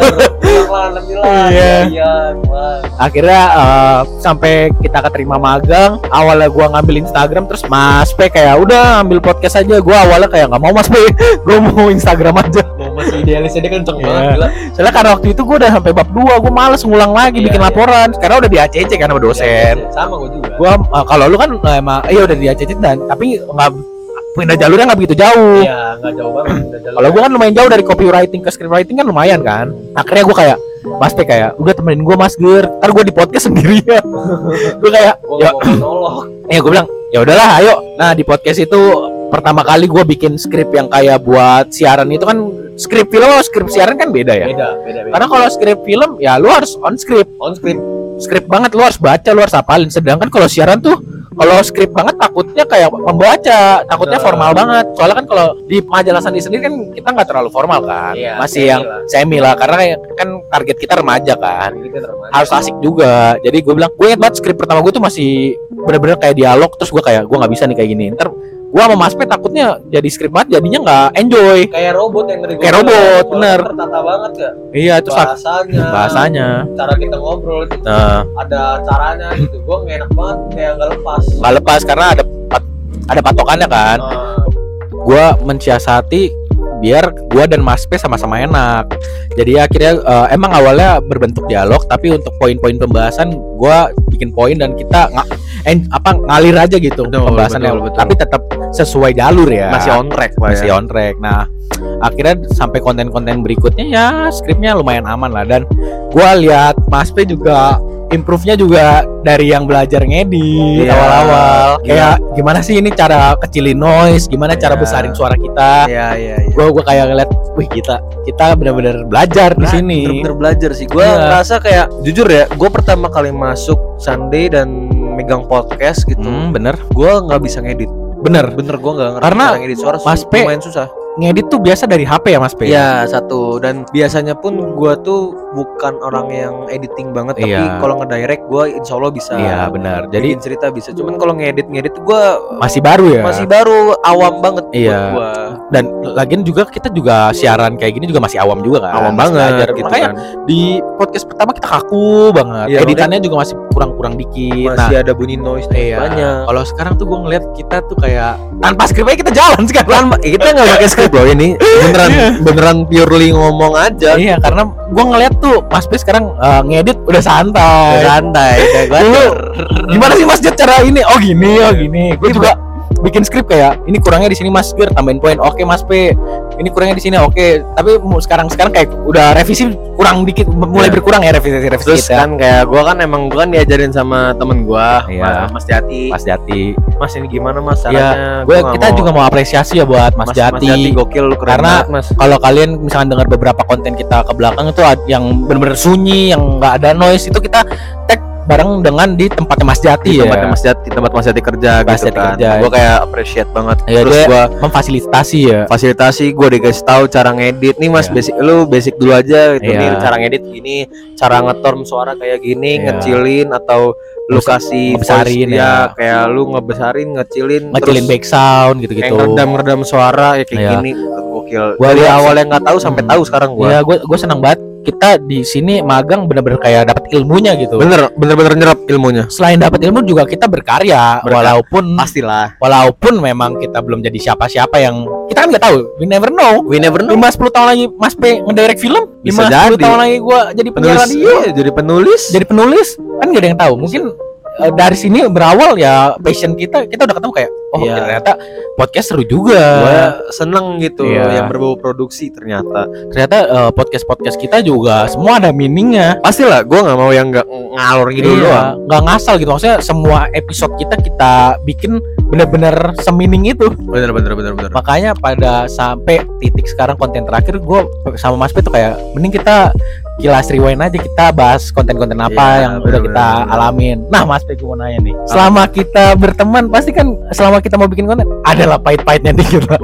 Iya.
Akhirnya sampai kita keterima magang. Awalnya gua ngambil Instagram, terus Mas P kayak udah ambil podcast aja. Gua awalnya kayak nggak mau Mas P, gue mau Instagram aja.
Masih idealisnya dia kenceng banget gila.
Soalnya karena waktu itu gue udah sampai bab 2, gue males ngulang lagi bikin laporan. Karena udah di ACC kan sama dosen.
Sama gue juga.
Gue kalau lu kan emang udah di ACC dan tapi nggak pindah jalurnya nggak begitu jauh.
Iya, nggak jauh banget pindah jalur.
Kalau gue kan lumayan jauh dari copywriting ke scriptwriting kan lumayan kan. Akhirnya gue kayak Mas P kayak udah temenin gue Mas Ger, ntar gue di podcast sendirian. Gue kayak ya gue bilang ya udahlah ayo. Nah di podcast itu pertama kali gue bikin skrip yang kayak buat siaran itu kan skrip film sama skrip siaran kan beda ya. Beda. Karena kalau skrip film ya lu harus on script. Skrip banget, lu harus baca, lu harus hafalin. Sedangkan kalau siaran tuh kalau skrip banget takutnya kayak membaca, takutnya formal banget. Soalnya kan kalau di majalah Sandi sendiri kan kita nggak terlalu formal kan, masih yang semi lah. Karena kan target kita remaja kan, harus asik juga. Jadi gue bilang, gue inget banget skrip pertama gue tuh masih bener-bener kayak dialog. Terus gue kayak gue nggak bisa nih kayak gini. Ntar gue sama Mas P takutnya jadi skrip banget, jadinya nggak enjoy.
Kayak robot yang dari
kayak robot, bener.
Tertata banget ya.
Iya, itu bahasanya.
Cara kita ngobrol itu ada caranya gitu. Gue nggak enak banget, kayak nggak lepas.
Karena ada patokannya kan. Gue mensiasati biar gua dan Mas P sama-sama enak. Jadi akhirnya emang awalnya berbentuk dialog, tapi untuk poin-poin pembahasan gua bikin poin dan kita ngalir aja gitu pembahasannya,
betul.
tapi tetap sesuai jalur ya.
Masih on track lah
Masih on track. Nah, akhirnya sampai konten-konten berikutnya ya skripnya lumayan aman lah, dan gua lihat Mas P juga improve-nya juga dari yang belajar ngedit awal-awal. Kayak gimana sih ini cara kecilin noise, gimana cara besarin suara kita.
Iya.
Gua kayak ngeliat, wih kita benar-benar belajar di sini.
Bener-bener belajar sih. Gua ngerasa kayak jujur ya, gua pertama kali masuk Sunday dan megang podcast gitu.
Bener.
Gua nggak bisa ngedit. Bener gua nggak ngerti
Karena
cara ngedit suara.
Mas P
lumayan susah.
Ngedit tuh biasa dari HP ya Mas P?
Iya, satu. Dan biasanya pun gua tuh bukan orang yang editing banget, tapi kalau ngedirect gua insya Allah bisa.
Iya, benar. Jadi
bikin cerita bisa. Cuman kalau ngedit gua
masih baru ya.
Masih baru, awam banget buat gua.
Dan lagian juga kita juga siaran kayak gini juga masih awam juga kan.
Awam banget gitu.
Makanya
kan.
di podcast pertama kita kaku banget.
Iya,
editannya juga masih kurang dikit.
Masih ada bunyi noise banyak.
Kalau sekarang tuh gua ngeliat kita tuh kayak tanpa skrip aja kita jalan sekarang.
Kita nggak pakai skrip loh ini. Beneran purely ngomong aja.
Iya, karena gua ngeliat tuh Mas P sekarang ngedit udah santai. Dulu gimana sih Mas Jet cara ini? Oh gini. Gue juga bikin skrip kayak ini kurangnya di sini Mas Ger, tambahin poin. Oke Mas P. Ini kurangnya di sini. Oke. Tapi sekarang kayak udah revisi kurang dikit, mulai berkurang ya revisi
terus
kita.
Kan kayak gua kan emang gua kan diajarin sama temen gua, Mas Jati. Mas ini gimana Mas caranya?
Kita juga mau apresiasi ya buat Mas Jati.
Mas Jati gokil, lu keren
karena
banget, Mas.
Kalau kalian misalkan dengar beberapa konten kita ke belakang itu yang benar-benar sunyi, yang nggak ada noise, itu kita tag bareng dengan di tempatnya Mas Jati ya.
Tempat Mas Jati kerja gitu kan. Gua kayak appreciate banget.
Terus gua memfasilitasi gua dikasih tahu cara ngedit.
Nih Mas, basic dulu aja gitu. Nih cara ngedit gini, cara ngetorm suara kayak gini, ngecilin atau lu kasih
ngebesarin
ya, kayak lu ngecilin
back sound gitu-gitu.
Ngeredam suara ya kayak gini. Gokil.
Gua
dari awal yang nggak tahu sampai tahu sekarang gua.
Iya, gua senang banget. Kita di sini magang benar-benar kayak dapat ilmunya gitu.
Bener-bener nyerap ilmunya.
Selain dapat ilmu juga kita berkarya. Walaupun memang kita belum jadi siapa-siapa, yang kita kan nggak tahu. We never know. 5-10 tahun lagi Mas P ngedirect film. 5-10 tahun lagi gua jadi penyiar radio.
Jadi penulis.
Kan nggak ada yang tahu. Mungkin dari sini berawal ya passion kita udah ketemu kayak ternyata podcast seru juga.
Gua seneng gitu yang berbau produksi ternyata
podcast kita juga semua ada meaningnya.
Pastilah, gua nggak mau yang nggak ngalor gitu doang,
nggak ngasal gitu. Maksudnya semua episode kita bikin bener-bener semining itu.
Bener.
Makanya pada sampai titik sekarang konten terakhir gue sama Mas P tuh kayak mending kita kilas rewind aja, kita bahas konten-konten apa yang udah kita alamin. Nah Mas P, gue mau nanya nih, selama kita berteman pasti kan selama kita mau bikin konten adalah pahit-pahitnya dikit lah.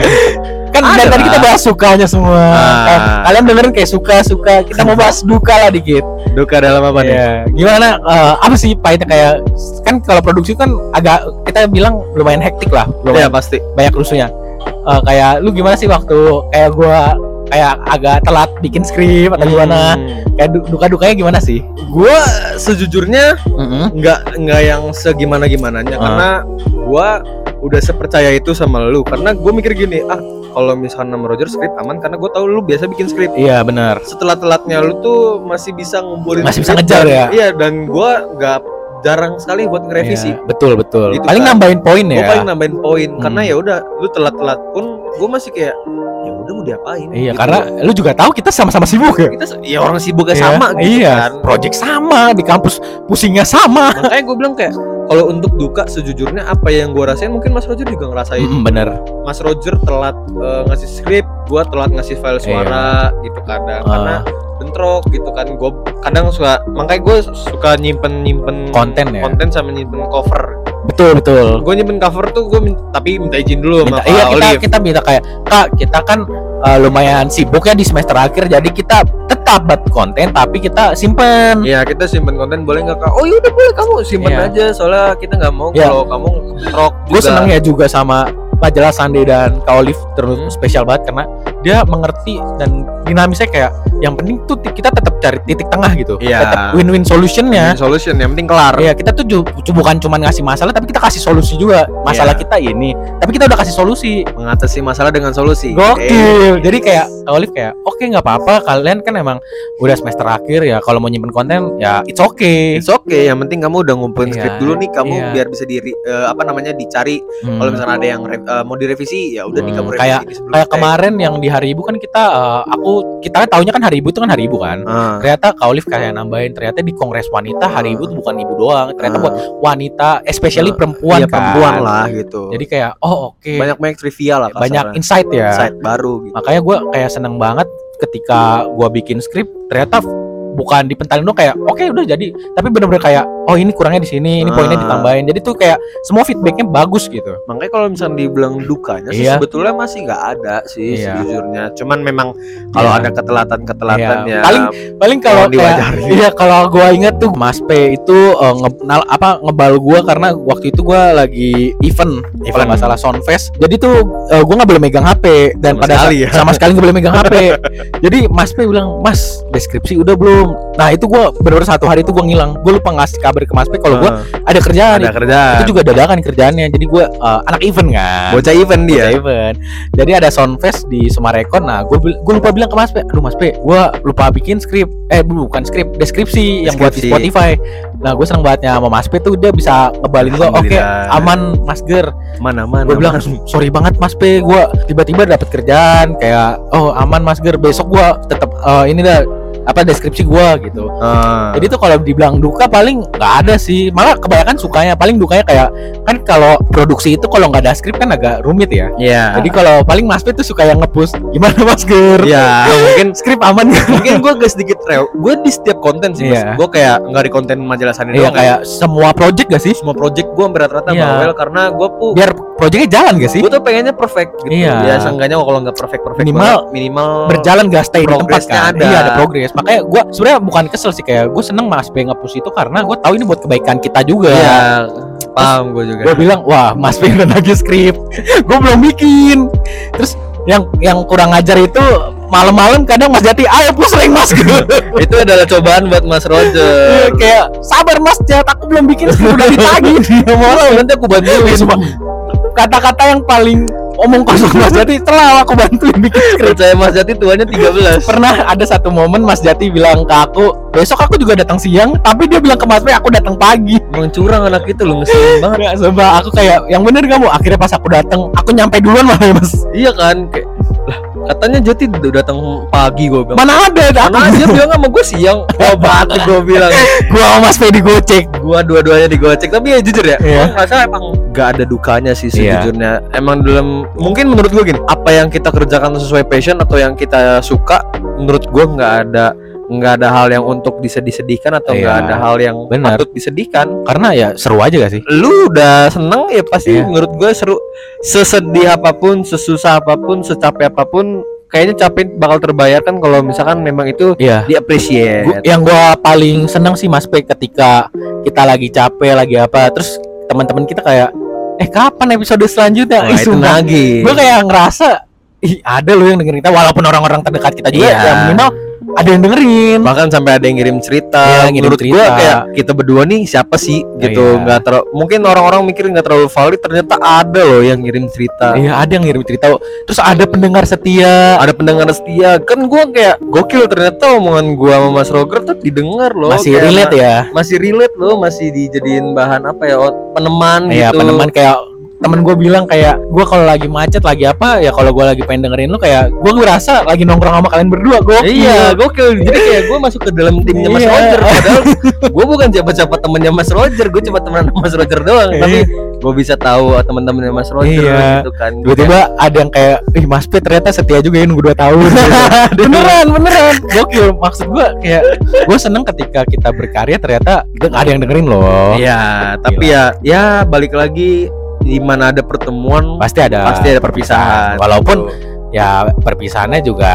Kan dari tadi kita bahas sukanya semua. Kalian dengerin kayak suka, kita mau bahas duka lah dikit.
Duka dalam apa nih?
Gimana? Apa sih pahitnya? Kayak kan kalau produksi kan agak kita bilang lumayan hektik lah.
Iya pasti.
Banyak rusuhnya. Kayak lu gimana sih waktu kayak gua kayak agak telat bikin skrip atau gimana? Kayak duka-dukanya gimana sih?
Gua sejujurnya nggak yang segimana-gimananya karena gua udah sepercaya itu sama lu, karena gue mikir gini, kalau misalkan nama Roger skrip aman karena gue tahu lu biasa bikin skrip.
Iya benar.
Setelah telatnya lu tuh masih bisa ngumpulin,
masih bisa ngejar ya.
Iya, dan gue nggak jarang sekali buat ngerevisi.
Iya, betul.
Gitu
paling
kan
nambahin poin ya.
Gue paling nambahin poin karena ya udah lu telat pun gue masih kayak ya udah mau diapain.
Iya
gitu.
Karena lu juga tahu kita sama-sama sibuk ya.
Kita orang sibuknya sama gitu kan.
Project sama, di kampus pusingnya sama.
Makanya gue bilang kayak kalau untuk duka sejujurnya apa yang gue rasain mungkin Mas Roger juga ngerasain.
Bener.
Mas Roger telat ngasih skrip, gue telat ngasih file suara gitu kadang karena bentrok gitu kan. Gue kadang suka, makanya gue suka nyimpen konten sama nyimpen cover.
Betul.
Gue nyimpen cover tuh tapi minta izin dulu sama
Olive. Kita minta kayak, Kak, kita kan lumayan sibuk ya di semester akhir, jadi kita tetap buat konten tapi kita simpen.
Iya, kita simpen konten, boleh nggak Kak? Oh iya udah boleh, kamu simpen aja, soalnya kita nggak mau kalau kamu rock.
Gue seneng ya juga sama majalah Sunday dan Kak Olive, terus spesial banget karena dia mengerti dan dinamisnya kayak yang penting tuh kita tetap cari titik tengah gitu.
Iya.
Tetap win-win solutionnya.
Solution yang penting kelar.
Iya, kita tuh bukan cuma ngasih masalah tapi kita kasih solusi juga. Masalah kita ini, tapi kita udah kasih solusi.
Mengatasi masalah dengan solusi.
Gokil. Jadi kayak Olive kayak oke nggak apa-apa, kalian kan emang udah semester akhir ya, kalau mau nyimpen konten ya it's okay.
It's okay, yang penting kamu udah ngumpulin
Iya,
skrip dulu nih, kamu
iya.
biar bisa dicari. Kalau misalnya ada yang mau direvisi, ya udah nih kamu revisi
kayak
di sebelum
kayak
tag.
kemarin yang di hari ibu kan kita kan taunya kan hari ibu itu kan hari ibu kan. Ternyata Kak Olive kayak nambahin, ternyata di Kongres Wanita hari ibu tuh bukan ibu doang, ternyata buat wanita, especially perempuan
Iya,
kan.
perempuan lah gitu.
Jadi kayak oke.
banyak trivia lah,
Banyak
kasarnya.
insight ya.
Insight baru gitu.
Makanya gue kayak seneng banget ketika gue bikin skrip, ternyata bukan dipentalin dong kayak oke udah jadi, tapi bener-bener kayak oh ini kurangnya di sini, ini poinnya ditambahin. Jadi tuh kayak semua feedbacknya bagus gitu.
Makanya kalau misalnya dibilang dukanya sih
Iya.
sebetulnya masih nggak ada sih
Iya.
sejujurnya. Cuman memang kalau
Iya.
ada ketelatan
Iya.
ya
Paling kalau
mohon diwajari.
iya kalau gue inget tuh Mas P itu ngebal gue karena waktu itu gue lagi event kalau nggak salah Soundfest. Jadi tuh gue nggak boleh megang HP dan
Sama
pada
sekali ya.
sama sekali nggak boleh megang HP. Jadi Mas P bilang, Mas deskripsi udah belum? Nah itu gue bener-bener satu hari itu gue ngilang. Gue lupa ngasih kabar ke Mas P kalau gue ada kerjaan.
ada kerjaan.
Itu juga dadakan kerjaannya. Jadi gue anak event kan.
Bocah event dia.
Bocah event. Jadi ada Soundfest di Sumarekon. Nah, gue lupa bilang ke Mas P, aduh Mas P, gue lupa bikin skrip. Bukan skrip, deskripsi yang buat di
Deskripsi.
Spotify. Nah, gue seneng bangetnya sama Mas P tuh dia bisa ngebalin gue. Oke,
Alhamdulillah.
aman Mas Ger.
Mana.
Gue bilang sorry banget Mas P, gue tiba-tiba dapet kerjaan kayak oh aman Mas Ger, besok gue tetap ini dah deskripsi gua gitu. Jadi tuh kalau dibilang duka paling nggak ada sih, malah kebanyakan sukanya. Paling dukanya kayak kan kalau produksi itu kalau nggak ada skrip kan agak rumit ya.
Iya.
Jadi kalau paling Mas P tuh suka yang nge-push gimana Mas Ger?
Ya mungkin
Skrip aman nggak?
mungkin gue agak sedikit gue di setiap konten sih
Iya.
gue kayak nggak di konten majalah Sani
Iya
doang
kayak semua project gak sih?
semua project gue hampir rata-rata
Iya.
bawel karena gue
Biar projectnya jalan gak sih?
gue tuh pengennya perfect gitu.
Iya.
Ya seenggaknya kalau nggak perfect
Minimal berjalan gak stay di tempat
progresnya
kan?
ada.
Iya ada progres. Makanya gue sebenarnya bukan kesel sih, kayak gue seneng Mas P nge-push itu karena gue tahu ini buat kebaikan kita juga.
Iya. Paham gue juga.
Gue bilang wah Mas P udah lagi skrip, gue belum bikin. Terus yang kurang ajar itu malam-malam kadang Mas Jati ayo push rank Mas.
Itu adalah cobaan buat Mas Roger.
Kayak sabar Mas Jat, aku belum bikin skrip udah ditagih.
Nanti aku bantuin.
Kata-kata yang paling omong kosong Mas Jati, setelah aku bantuin bikin skrip.
Percaya Mas Jati tuanya 13.
Pernah ada satu momen Mas Jati bilang ke aku, besok aku juga datang siang, tapi dia bilang ke Mas P aku datang pagi.
Emang curang anak itu lu, ngeselin banget.
Nggak, sumpah aku kayak yang bener kamu. Akhirnya pas aku datang, aku nyampe duluan malah ya Mas.
Iya kan, kayak lah katanya Jati udah datang pagi gue bilang.
Mana ada
Mana dia bilang sama gue siang. Oh batu gue bilang.
Gua sama Mas P digocek.
Gua dua-duanya digocek, tapi ya jujur ya,
Iya.
gua ngerasa emang gak ada dukanya sih
Iya.
sejujurnya. Emang mungkin menurut gua gini, apa yang kita kerjakan sesuai passion atau yang kita suka, menurut gua nggak ada hal yang untuk disedih-sedihkan atau nggak
Iya.
ada hal yang
Benar.
patut disedihkan.
Karena ya seru aja gak sih?
Lu udah seneng ya pasti.
Iya.
Menurut gua seru. Sesedih apapun, sesusah apapun, secapek apapun, kayaknya capek bakal terbayarkan kalau misalkan memang itu
Iya.
di-appreciate.
Yang gua paling seneng sih Mas P ketika kita lagi capek lagi apa, terus teman-teman kita kayak kapan episode selanjutnya?
Wah, itu
Sumpah.
nagih.
Gua kayak ngerasa ada loh yang dengerin kita, walaupun orang-orang terdekat kita juga
Iya.
ya minimal ada yang dengerin.
Bahkan sampai ada yang ngirim cerita.
Iya, ngirim
Menurut
cerita.
gua kayak kita berdua nih siapa sih gitu.
Iya.
Mungkin orang-orang mikir nggak terlalu valid, ternyata ada loh yang ngirim cerita.
Iya, ada yang ngirim cerita. Terus ada pendengar setia.
Ada pendengar setia. Kan gua kayak gokil, ternyata omongan gua sama Mas Roger tuh didengar loh.
Masih
Kayak
relate ya.
Masih relate loh, masih dijadiin bahan apa ya? Peneman
Iya,
gitu.
peneman. Kayak temen gue bilang kayak gue kalau lagi macet lagi apa ya, kalau gue lagi pengen dengerin lu kayak gue ngerasa lagi nongkrong sama kalian berdua.
Iya, gokil. Jadi kayak gue masuk ke dalam timnya Mas
Iya.
Roger. Padahal gue bukan siapa-siapa temennya Mas Roger. Gue cuma temenan sama Mas Roger doang.
Iya.
Tapi gue bisa tahu teman-temannya Mas Roger
Iya.
gitu kan.
Tiba-tiba ada yang kayak Mas P ternyata setia juga ya nunggu 2 tahun. beneran gokil. Maksud gue kayak gue seneng ketika kita berkarya ternyata ada yang dengerin loh.
Iya, tapi ya balik lagi, di mana ada pertemuan
Pasti ada
perpisahan.
Walaupun ya perpisahannya juga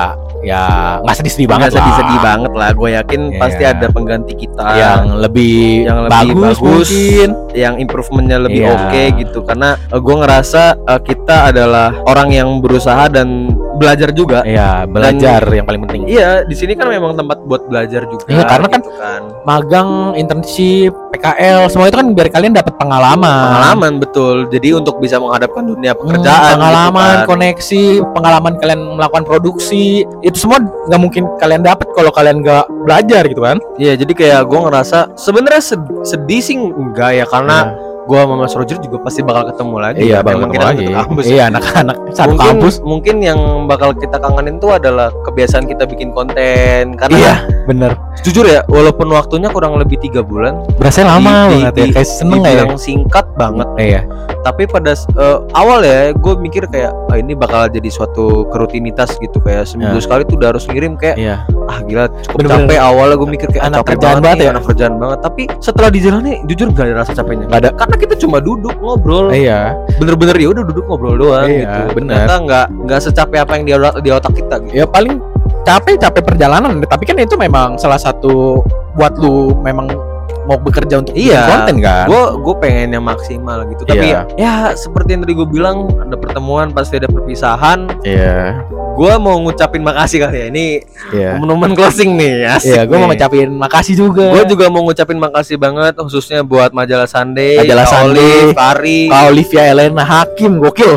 ya nggak sedih-sedih banget
nggak
lah.
sedih-sedih banget lah. Gue yakin
Iya.
pasti ada pengganti kita
yang lebih bagus mungkin.
yang improvementnya lebih
Iya.
oke gitu. Karena gue ngerasa kita adalah orang yang berusaha dan belajar juga.
Iya, belajar yang paling penting.
Iya, di sini kan memang tempat buat belajar juga.
Iya, karena
gitu
kan magang, internship, PKL, semua itu kan biar kalian dapat pengalaman.
Pengalaman betul. Jadi untuk bisa menghadapkan dunia pekerjaan,
pengalaman,
gitu kan.
koneksi, pengalaman kalian melakukan produksi, itu semua nggak mungkin kalian dapat kalau kalian nggak belajar gitu kan?
Iya, jadi kayak gue ngerasa sebenarnya sedih sih enggak ya, karena gue sama Mas Roger juga pasti bakal ketemu lagi.
Iya,
bakal
ketemu lagi.
Kampus.
Iya, anak-anak satu kampus.
Mungkin yang bakal kita kangenin tuh adalah kebiasaan kita bikin konten. Karena
Iya, bener.
jujur ya, walaupun waktunya kurang lebih 3 bulan,
Berasa lama banget ya, kayak seneng ya.
Yang singkat banget.
Iya.
Tapi pada awal ya, gue mikir kayak ini bakal jadi suatu kerutinitas gitu, kayak seminggu sekali tuh udah harus ngirim kayak.
Iya.
Gila cukup
Bener-bener.
capek awalnya, gue mikir kayak
Anak
capek
kerjaan banget ya.
anak kerjaan banget. Tapi setelah dijalani jujur gak ada rasa capeknya.
Nggak ada.
Karena kita cuma duduk ngobrol.
Iya.
Bener-bener ya udah duduk ngobrol doang
Iya,
gitu.
bener.
Ternyata nggak secapek apa yang di otak kita gitu.
Ya paling capek perjalanan, tapi kan itu memang salah satu buat lu memang mau bekerja untuk bikin konten kan.
Gue pengen yang maksimal gitu. Tapi
Iya.
ya seperti yang tadi gue bilang, ada pertemuan pasti ada perpisahan.
Iya.
Gue mau ngucapin makasih kali ya. Ini
Iya.
momen closing nih. Asik
Iya, gue mau
nih.
ngucapin makasih juga.
Gue juga mau ngucapin makasih banget khususnya buat Majalah Sunday,
Majalah
Kak
Sunday,
Olive, Kari,
Kak Olivia Elena Hakim, gokil.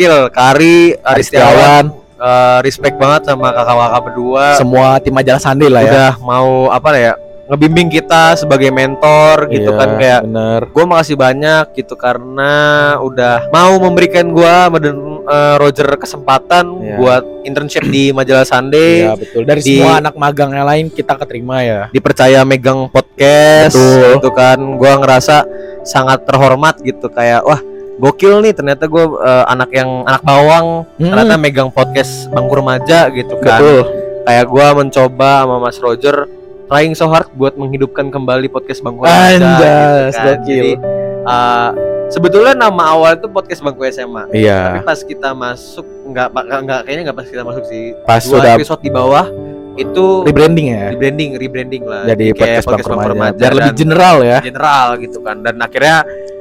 Kari,
Aristiawan,
respect banget sama kakak-kakak berdua.
semua tim Majalah Sunday lah ya.
Udah mau apa ya, ngebimbing kita sebagai mentor gitu
Iya,
kan, kayak
bener.
gue makasih banyak gitu karena udah mau memberikan gue dan Roger kesempatan
Iya.
buat internship di Majalah Sunday.
Iya, betul. Dari
Di-
semua anak magang yang lain kita keterima ya.
Dipercaya megang podcast.
Betul.
Gitu kan, gue ngerasa sangat terhormat gitu, kayak wah gokil nih, ternyata gue anak bawang ternyata megang podcast Bangku Remaja gitu kan.
Betul.
Kayak gue mencoba sama Mas Roger trying so hard buat menghidupkan kembali podcast Bangku Remaja.
Anjas,
gitu kan.
gokil.
Jadi sebetulnya nama awal itu podcast Bangku SMA. Tapi
Iya.
pas kita masuk kayaknya nggak pas kita masuk sih.
Pas
2
sudah
episode di bawah itu
rebranding ya.
rebranding lah.
Jadi
Kayak
podcast Bangku Remaja.
Remaja
Biar lebih
dan
general ya.
general gitu kan. Dan akhirnya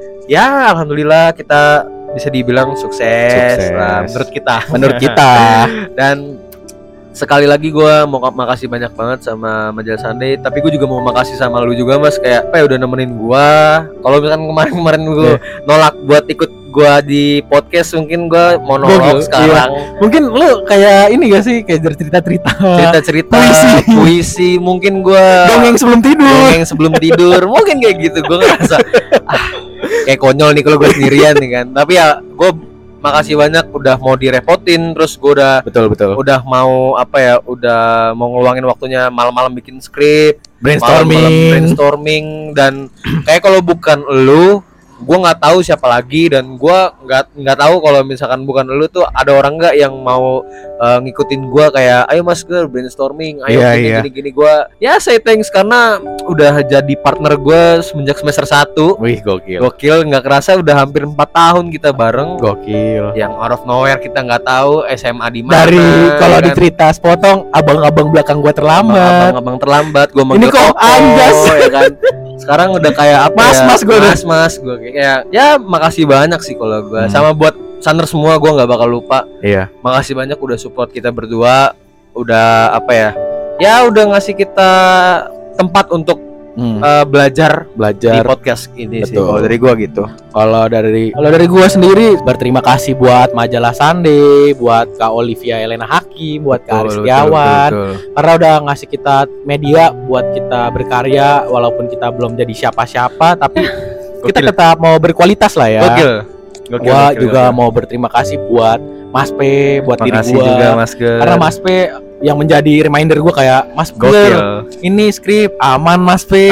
ya alhamdulillah kita bisa dibilang sukses. Lah, menurut kita.
Menurut kita.
Dan sekali lagi gue mau makasih banyak banget sama Majalah Sunday. Tapi gue juga mau makasih sama lu juga Mas, kayak apa ya, udah nemenin gue. Kalau misalkan kemarin gue nolak buat ikut gue di podcast, mungkin gue mau nolak sekarang.
Mungkin lu kayak ini gak sih, kayak cerita-cerita
Cerita-cerita puisi, mungkin gue
dongeng sebelum tidur.
mungkin kayak gitu. Gue ngerasa kayak konyol nih kalau gue sendirian nih kan. Tapi ya gue makasih banyak udah mau direpotin, terus gue
Betul.
udah mau udah mau ngeluangin waktunya malam-malam bikin skrip,
Brainstorming.
brainstorming. Dan kayak kalau bukan lu, gue nggak tahu siapa lagi. Dan gue nggak tahu kalau misalkan bukan lu tuh ada orang nggak yang mau ngikutin gue, kayak ayo Mas gue brainstorming, ayo
Iya,
gini gue ya say thanks karena udah jadi partner gue semenjak semester 1.
Wih, gokil.
Gokil, nggak kerasa udah hampir 4 tahun kita bareng.
Gokil.
Yang out of nowhere kita nggak tahu SMA di mana.
Dari kalau
kan.
dicerita sepotong, abang-abang belakang gua terlambat.
Abang terlambat, gue
Ini kok Anjas?
ya kan. Sekarang udah kayak apa
Mas gue
kayak ya makasih banyak sih kalau gue sama buat Saner semua, gue nggak bakal lupa.
Iya.
Makasih banyak udah support kita berdua, udah ya udah ngasih kita tempat untuk belajar di podcast ini.
Betul.
Sih kalau dari gua gitu.
Kalau dari gua sendiri berterima kasih buat Majalah Sunday, buat Kak Olivia Elena Hakim, buat Kak Aristiawan, karena udah ngasih kita media buat kita berkarya walaupun kita belum jadi siapa-siapa, tapi kita tetap mau berkualitas lah ya. Gua juga mau berterima kasih buat Mas P, buat diri gua
juga Mas Ger.
karena Mas P yang menjadi reminder gue, kayak Mas Ger, ini skrip aman Mas P.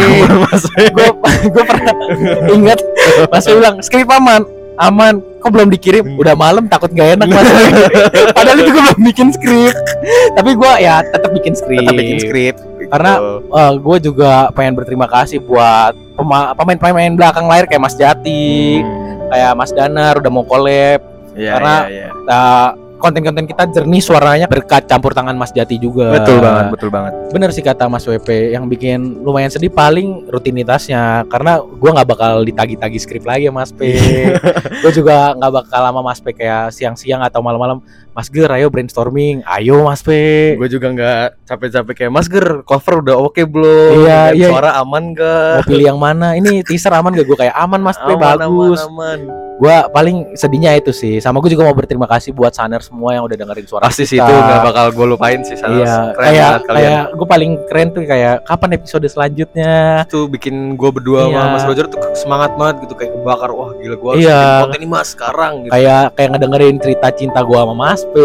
Gue pernah ingat Mas P bilang skrip aman, kok belum dikirim, udah malam takut gak enak Mas P. Padahal itu gue belum bikin skrip, tapi gue ya tetap bikin skrip. Karena gue juga pengen berterima kasih buat pemain-pemain belakang layar kayak Mas Jati, kayak Mas Danar udah mau collab. Karena konten-konten kita jernih suaranya berkat campur tangan Mas Jati juga.
Betul banget.
Bener sih kata Mas WP, yang bikin lumayan sedih paling rutinitasnya, karena gue nggak bakal ditagi-tagi skrip lagi ya Mas P. Gue juga nggak bakal lama Mas P kayak siang-siang atau malam-malam, Mas Ger ayo brainstorming, ayo Mas P.
Gue juga nggak capek-capek kayak Mas Ger, cover udah oke belum?
Iya.
Suara aman gak?
Mau pilih yang mana? Ini teaser aman gak? Gue kayak aman Mas P, bagus.
Aman.
Gue paling sedihnya itu sih. Sama gue juga mau berterima kasih buat Saner semua yang udah dengerin suara
pasti
kita.
sih itu nggak bakal gue lupain sih.
Iya, kayak gue paling keren tuh kayak kapan episode selanjutnya.
Itu bikin gue berdua sama Mas Roger tuh semangat banget gitu, kayak kebakar, wah gila gue harus bikin konten ini Mas sekarang gitu. Kayak
ngedengerin cerita cinta gue sama Mas P,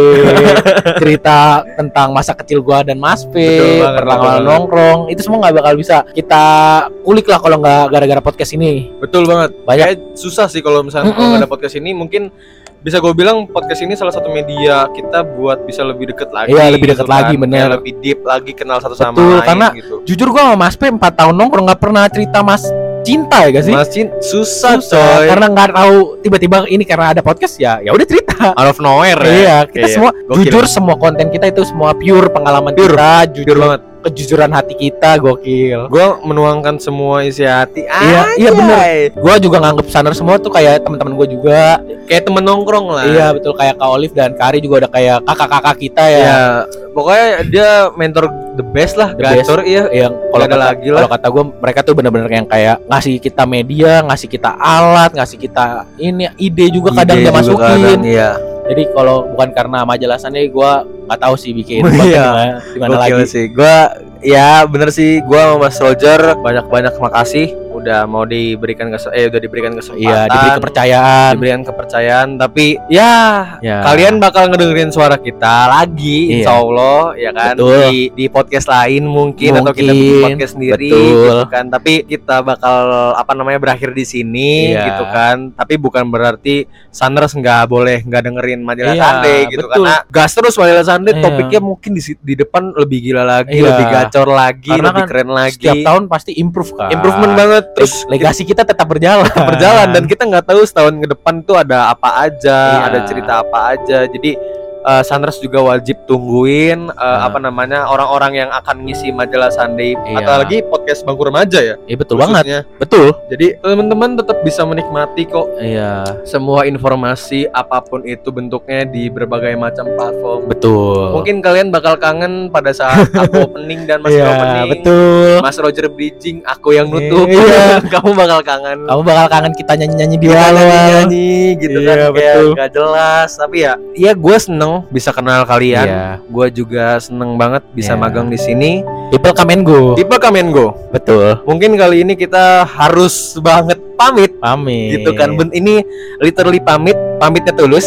cerita tentang masa kecil gue dan Mas P, perlawanan nongkrong, itu semua nggak bakal bisa kita kulik lah kalau nggak gara-gara podcast ini.
Betul banget.
Banyak
susah sih kalau misalnya kalau nggak ada podcast ini. Mungkin bisa gue bilang podcast ini salah satu media kita buat bisa lebih deket lagi.
Iya, lebih deket lagi, bener.
Lebih deep lagi, kenal satu sama
lain. Karena
gitu.
Jujur gue sama Mas P 4 tahun nongkrong nggak pernah cerita Mas cinta ya gak sih?
Mas cinta susah coy.
Karena nggak tahu tiba-tiba ini karena ada podcast ya udah cerita.
Out of nowhere ya.
Iya, kita semua jujur, semua konten kita itu semua pure pengalaman kita, jujur banget. Kejujuran hati kita gokil.
Gue menuangkan semua isi hati.
Iya bener. Gue juga nganggep Saner semua tuh kayak teman-teman gue juga,
kayak temen nongkrong lah.
Iya betul, kayak Kak Olive dan Kari juga udah kayak kakak-kakak kita ya.
Iya, pokoknya dia mentor the best lah. Mentor iya.
Yang kalau ada lagi lah. Kalau kata gue mereka tuh bener-bener yang kayak ngasih kita media, ngasih kita alat, ngasih kita ini ide juga kadang dia masukin.
Iya.
Jadi kalau bukan karena majelasannya gue nggak tahu sih bikin di mana lagi
sih. Gue ya bener sih, gue sama Mas Roger banyak makasih udah mau diberikan udah diberikan kesempatan.
Iya, diberikan kepercayaan.
Tapi ya kalian bakal ngedengerin suara kita lagi, insya Allah ya kan. Di podcast lain mungkin atau kita bikin podcast sendiri gitu kan. Tapi kita bakal berakhir di sini gitu kan. Tapi bukan berarti Sanders nggak dengerin Majalah Sunday gitu, karena gas terus Majalah Sunday. Topiknya mungkin di depan lebih gila lagi, lebih gacor lagi, karena lebih keren lagi.
Setiap tahun pasti improvement
banget. Terus
legasi kita tetap berjalan
dan kita nggak tahu setahun ke depan tuh ada apa aja, ada cerita apa aja. Jadi Sanders juga wajib tungguin orang-orang yang akan ngisi Majalah Sunday atau lagi podcast Bangku Remaja ya.
Iya betul banget. Betul.
Jadi teman-teman tetap bisa menikmati kok.
Iya.
Semua informasi apapun itu bentuknya di berbagai macam platform.
Betul.
Mungkin kalian bakal kangen pada saat aku opening dan Mas opening.
Betul.
Mas Roger bridging, aku yang nutup. Kamu bakal kangen.
Kita nyanyi-nyanyi di
nyanyi gitu kan. Kayak gak jelas. Tapi ya gue seneng bisa kenal kalian. Gue juga seneng banget bisa magang di sini.
People come and go. Betul.
Mungkin kali ini kita harus banget pamit. Gitu kan. Ini literally pamitnya tulus.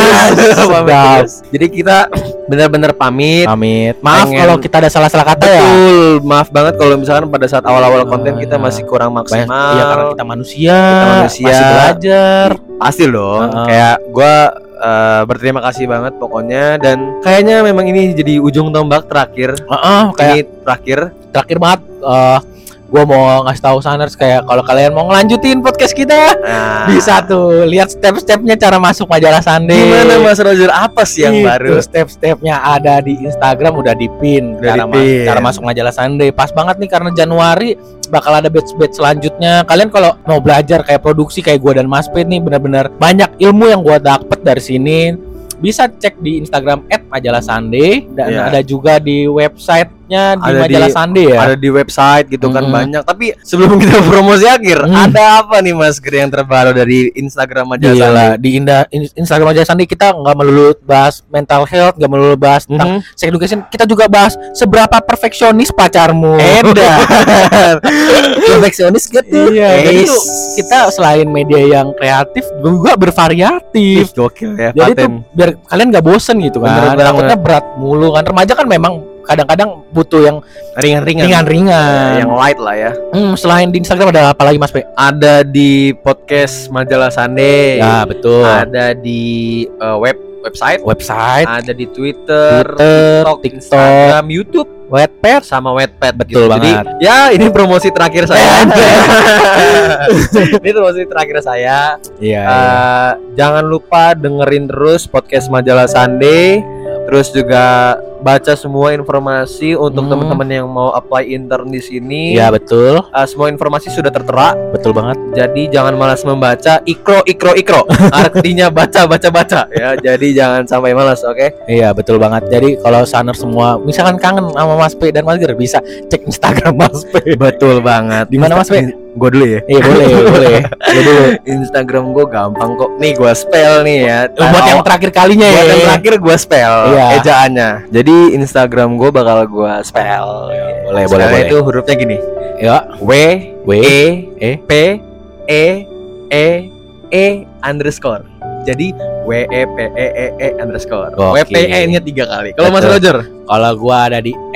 Jadi kita benar-benar pamit.
Maaf kalau kita ada salah-salah kata ya.
Betul. Maaf banget kalau misalkan pada saat awal-awal konten kita masih kurang maksimal.
Iya, karena kita manusia. Masih belajar.
Pasti dong. Kayak gue berterima kasih banget pokoknya, dan kayaknya memang ini jadi ujung tombak terakhir.
Kayak terakhir banget. Gue mau ngasih tahu Saners kayak kalau kalian mau ngelanjutin podcast kita, bisa tuh lihat step-stepnya cara masuk Majalah Sunday.
Gimana Mas Roger, apa sih yang baru?
Step-stepnya ada di Instagram, udah dipin. Cara masuk Majalah Sunday pas banget nih, karena Januari bakal ada batch selanjutnya. Kalian kalau mau belajar kayak produksi kayak gue dan Mas Pet nih, benar-benar banyak ilmu yang gue dapet dari sini. Bisa cek di Instagram @majalah Sunday, dan ada juga di websitenya di Majalah Sunday ya.
Ada di website gitu kan banyak. Tapi sebelum kita promosi akhir, ada apa nih Mas Ger yang terbaru dari Instagram Majalah Sunday?
Di Instagram Majalah Sunday kita nggak melulu bahas mental health, nggak melulu bahas tentang sex education. Kita juga bahas seberapa perfeksionis pacarmu. Perfeksionis gitu. Jadi tuh kita selain media yang kreatif juga bervariatif.
Gokil ya.
Jadi tuh biar kalian nggak bosen gitu kan. Takutnya berat mulu kan. Remaja kan memang kadang-kadang butuh yang ringan-ringan,
yang light lah ya.
Selain di Instagram ada apa lagi Mas P?
Ada di podcast Majalah Sunday.
Ya betul.
Ada di web
website,
ada di Twitter,
TikTok,
Instagram, YouTube,
Wattpad,
sama Wattpad.
Betul banget.
Jadi ya ini promosi terakhir saya. Ini promosi terakhir saya.
Iya.
Jangan lupa dengerin terus podcast Majalah Sunday. Terus juga baca semua informasi untuk teman-teman yang mau apply intern di sini.
Iya, betul.
Semua informasi sudah tertera.
Betul banget.
Jadi jangan malas membaca. Ikro. Artinya baca ya. Jadi jangan sampai malas, oke?
Iya, betul banget. Jadi kalau Saners semua misalkan kangen sama Mas P dan Mas Ger, bisa cek Instagram Mas P.
Betul banget.
Di mana Mas P?
Gue dulu ya.
Iya, boleh. Gue dulu.
Instagram gue gampang kok. Nih gue spell nih ya.
Buat yang terakhir kalinya
Buat
ya.
yang terakhir gue spell ejaannya. Jadi Instagram gue bakal gue spell.
Boleh.
Itu hurufnya gini.
Ya.
W P E underscore. Jadi WEPEE_. WPE-nya 3 kali. Kalau Mas Roger?
Kalau gua ada di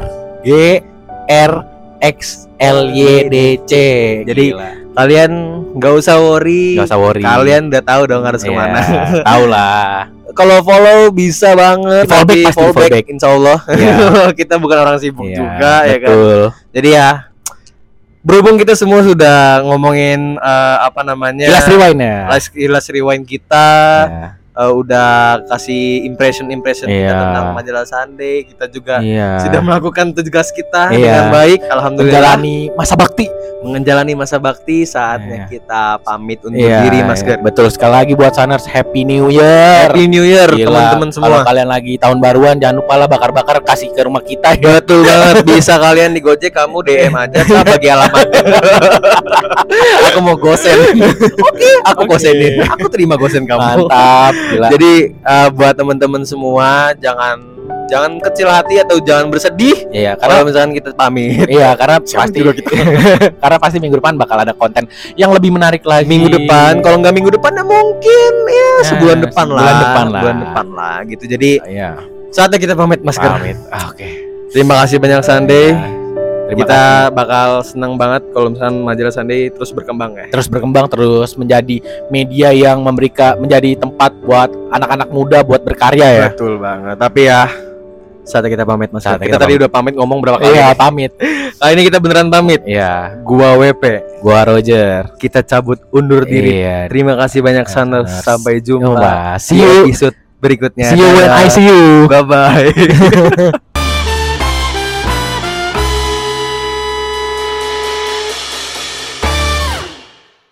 RGRXLYDC.
Jadi kalian nggak usah worry. Kalian udah tahu dong harus kemana.
Tahu lah.
Kalau follow bisa banget.
Fallback.
Insya Allah. Kita bukan orang sibuk juga,
betul.
Ya kan. Jadi ya, berhubung kita semua sudah ngomongin
Last
rewind kita, udah kasih impression kita tentang Majalah Sunday. Kita juga sudah melakukan tugas kita dengan baik, alhamdulillah. Menjalani masa bakti, saatnya kita pamit undur diri, Mas Ger.
Betul, sekali lagi buat Saners, Happy New Year.
Happy New Year teman-teman semua.
Kalau kalian lagi tahun baruan, jangan lupa lah bakar-bakar kasih ke rumah kita.
Betul banget. Bisa kalian di Gojek, kamu DM aja bagi alamat. Aku mau gosen. Oke, aku gosenin. Aku terima gosen kamu.
Mantap. Gila.
Jadi buat teman-teman semua, jangan kecil hati atau jangan bersedih.
Iya,
kalau misalkan kita pamit.
Iya, karena pasti minggu depan bakal ada konten yang lebih menarik lagi.
Minggu depan, kalau nggak minggu depan ya mungkin sebulan depan lah gitu. Jadi saatnya kita pamit, Mas Ger.
Oke.
Terima kasih banyak Sunday. Kita bakal senang banget kalau misalkan Majalah Sunday terus berkembang ya.
Terus menjadi media yang menjadi tempat buat anak-anak muda buat berkarya ya.
Betul banget. Tapi ya saatnya kita pamit, Mas. Kita tadi udah pamit ngomong berapa kali?
Iya, pamit.
Kali ini kita beneran pamit.
Iya.
Gua WP,
gua Roger.
Kita cabut undur diri.
Iya.
Terima kasih banyak Saners. Sampai jumpa.
See you
episode berikutnya.
See you when I see you.
Bye bye.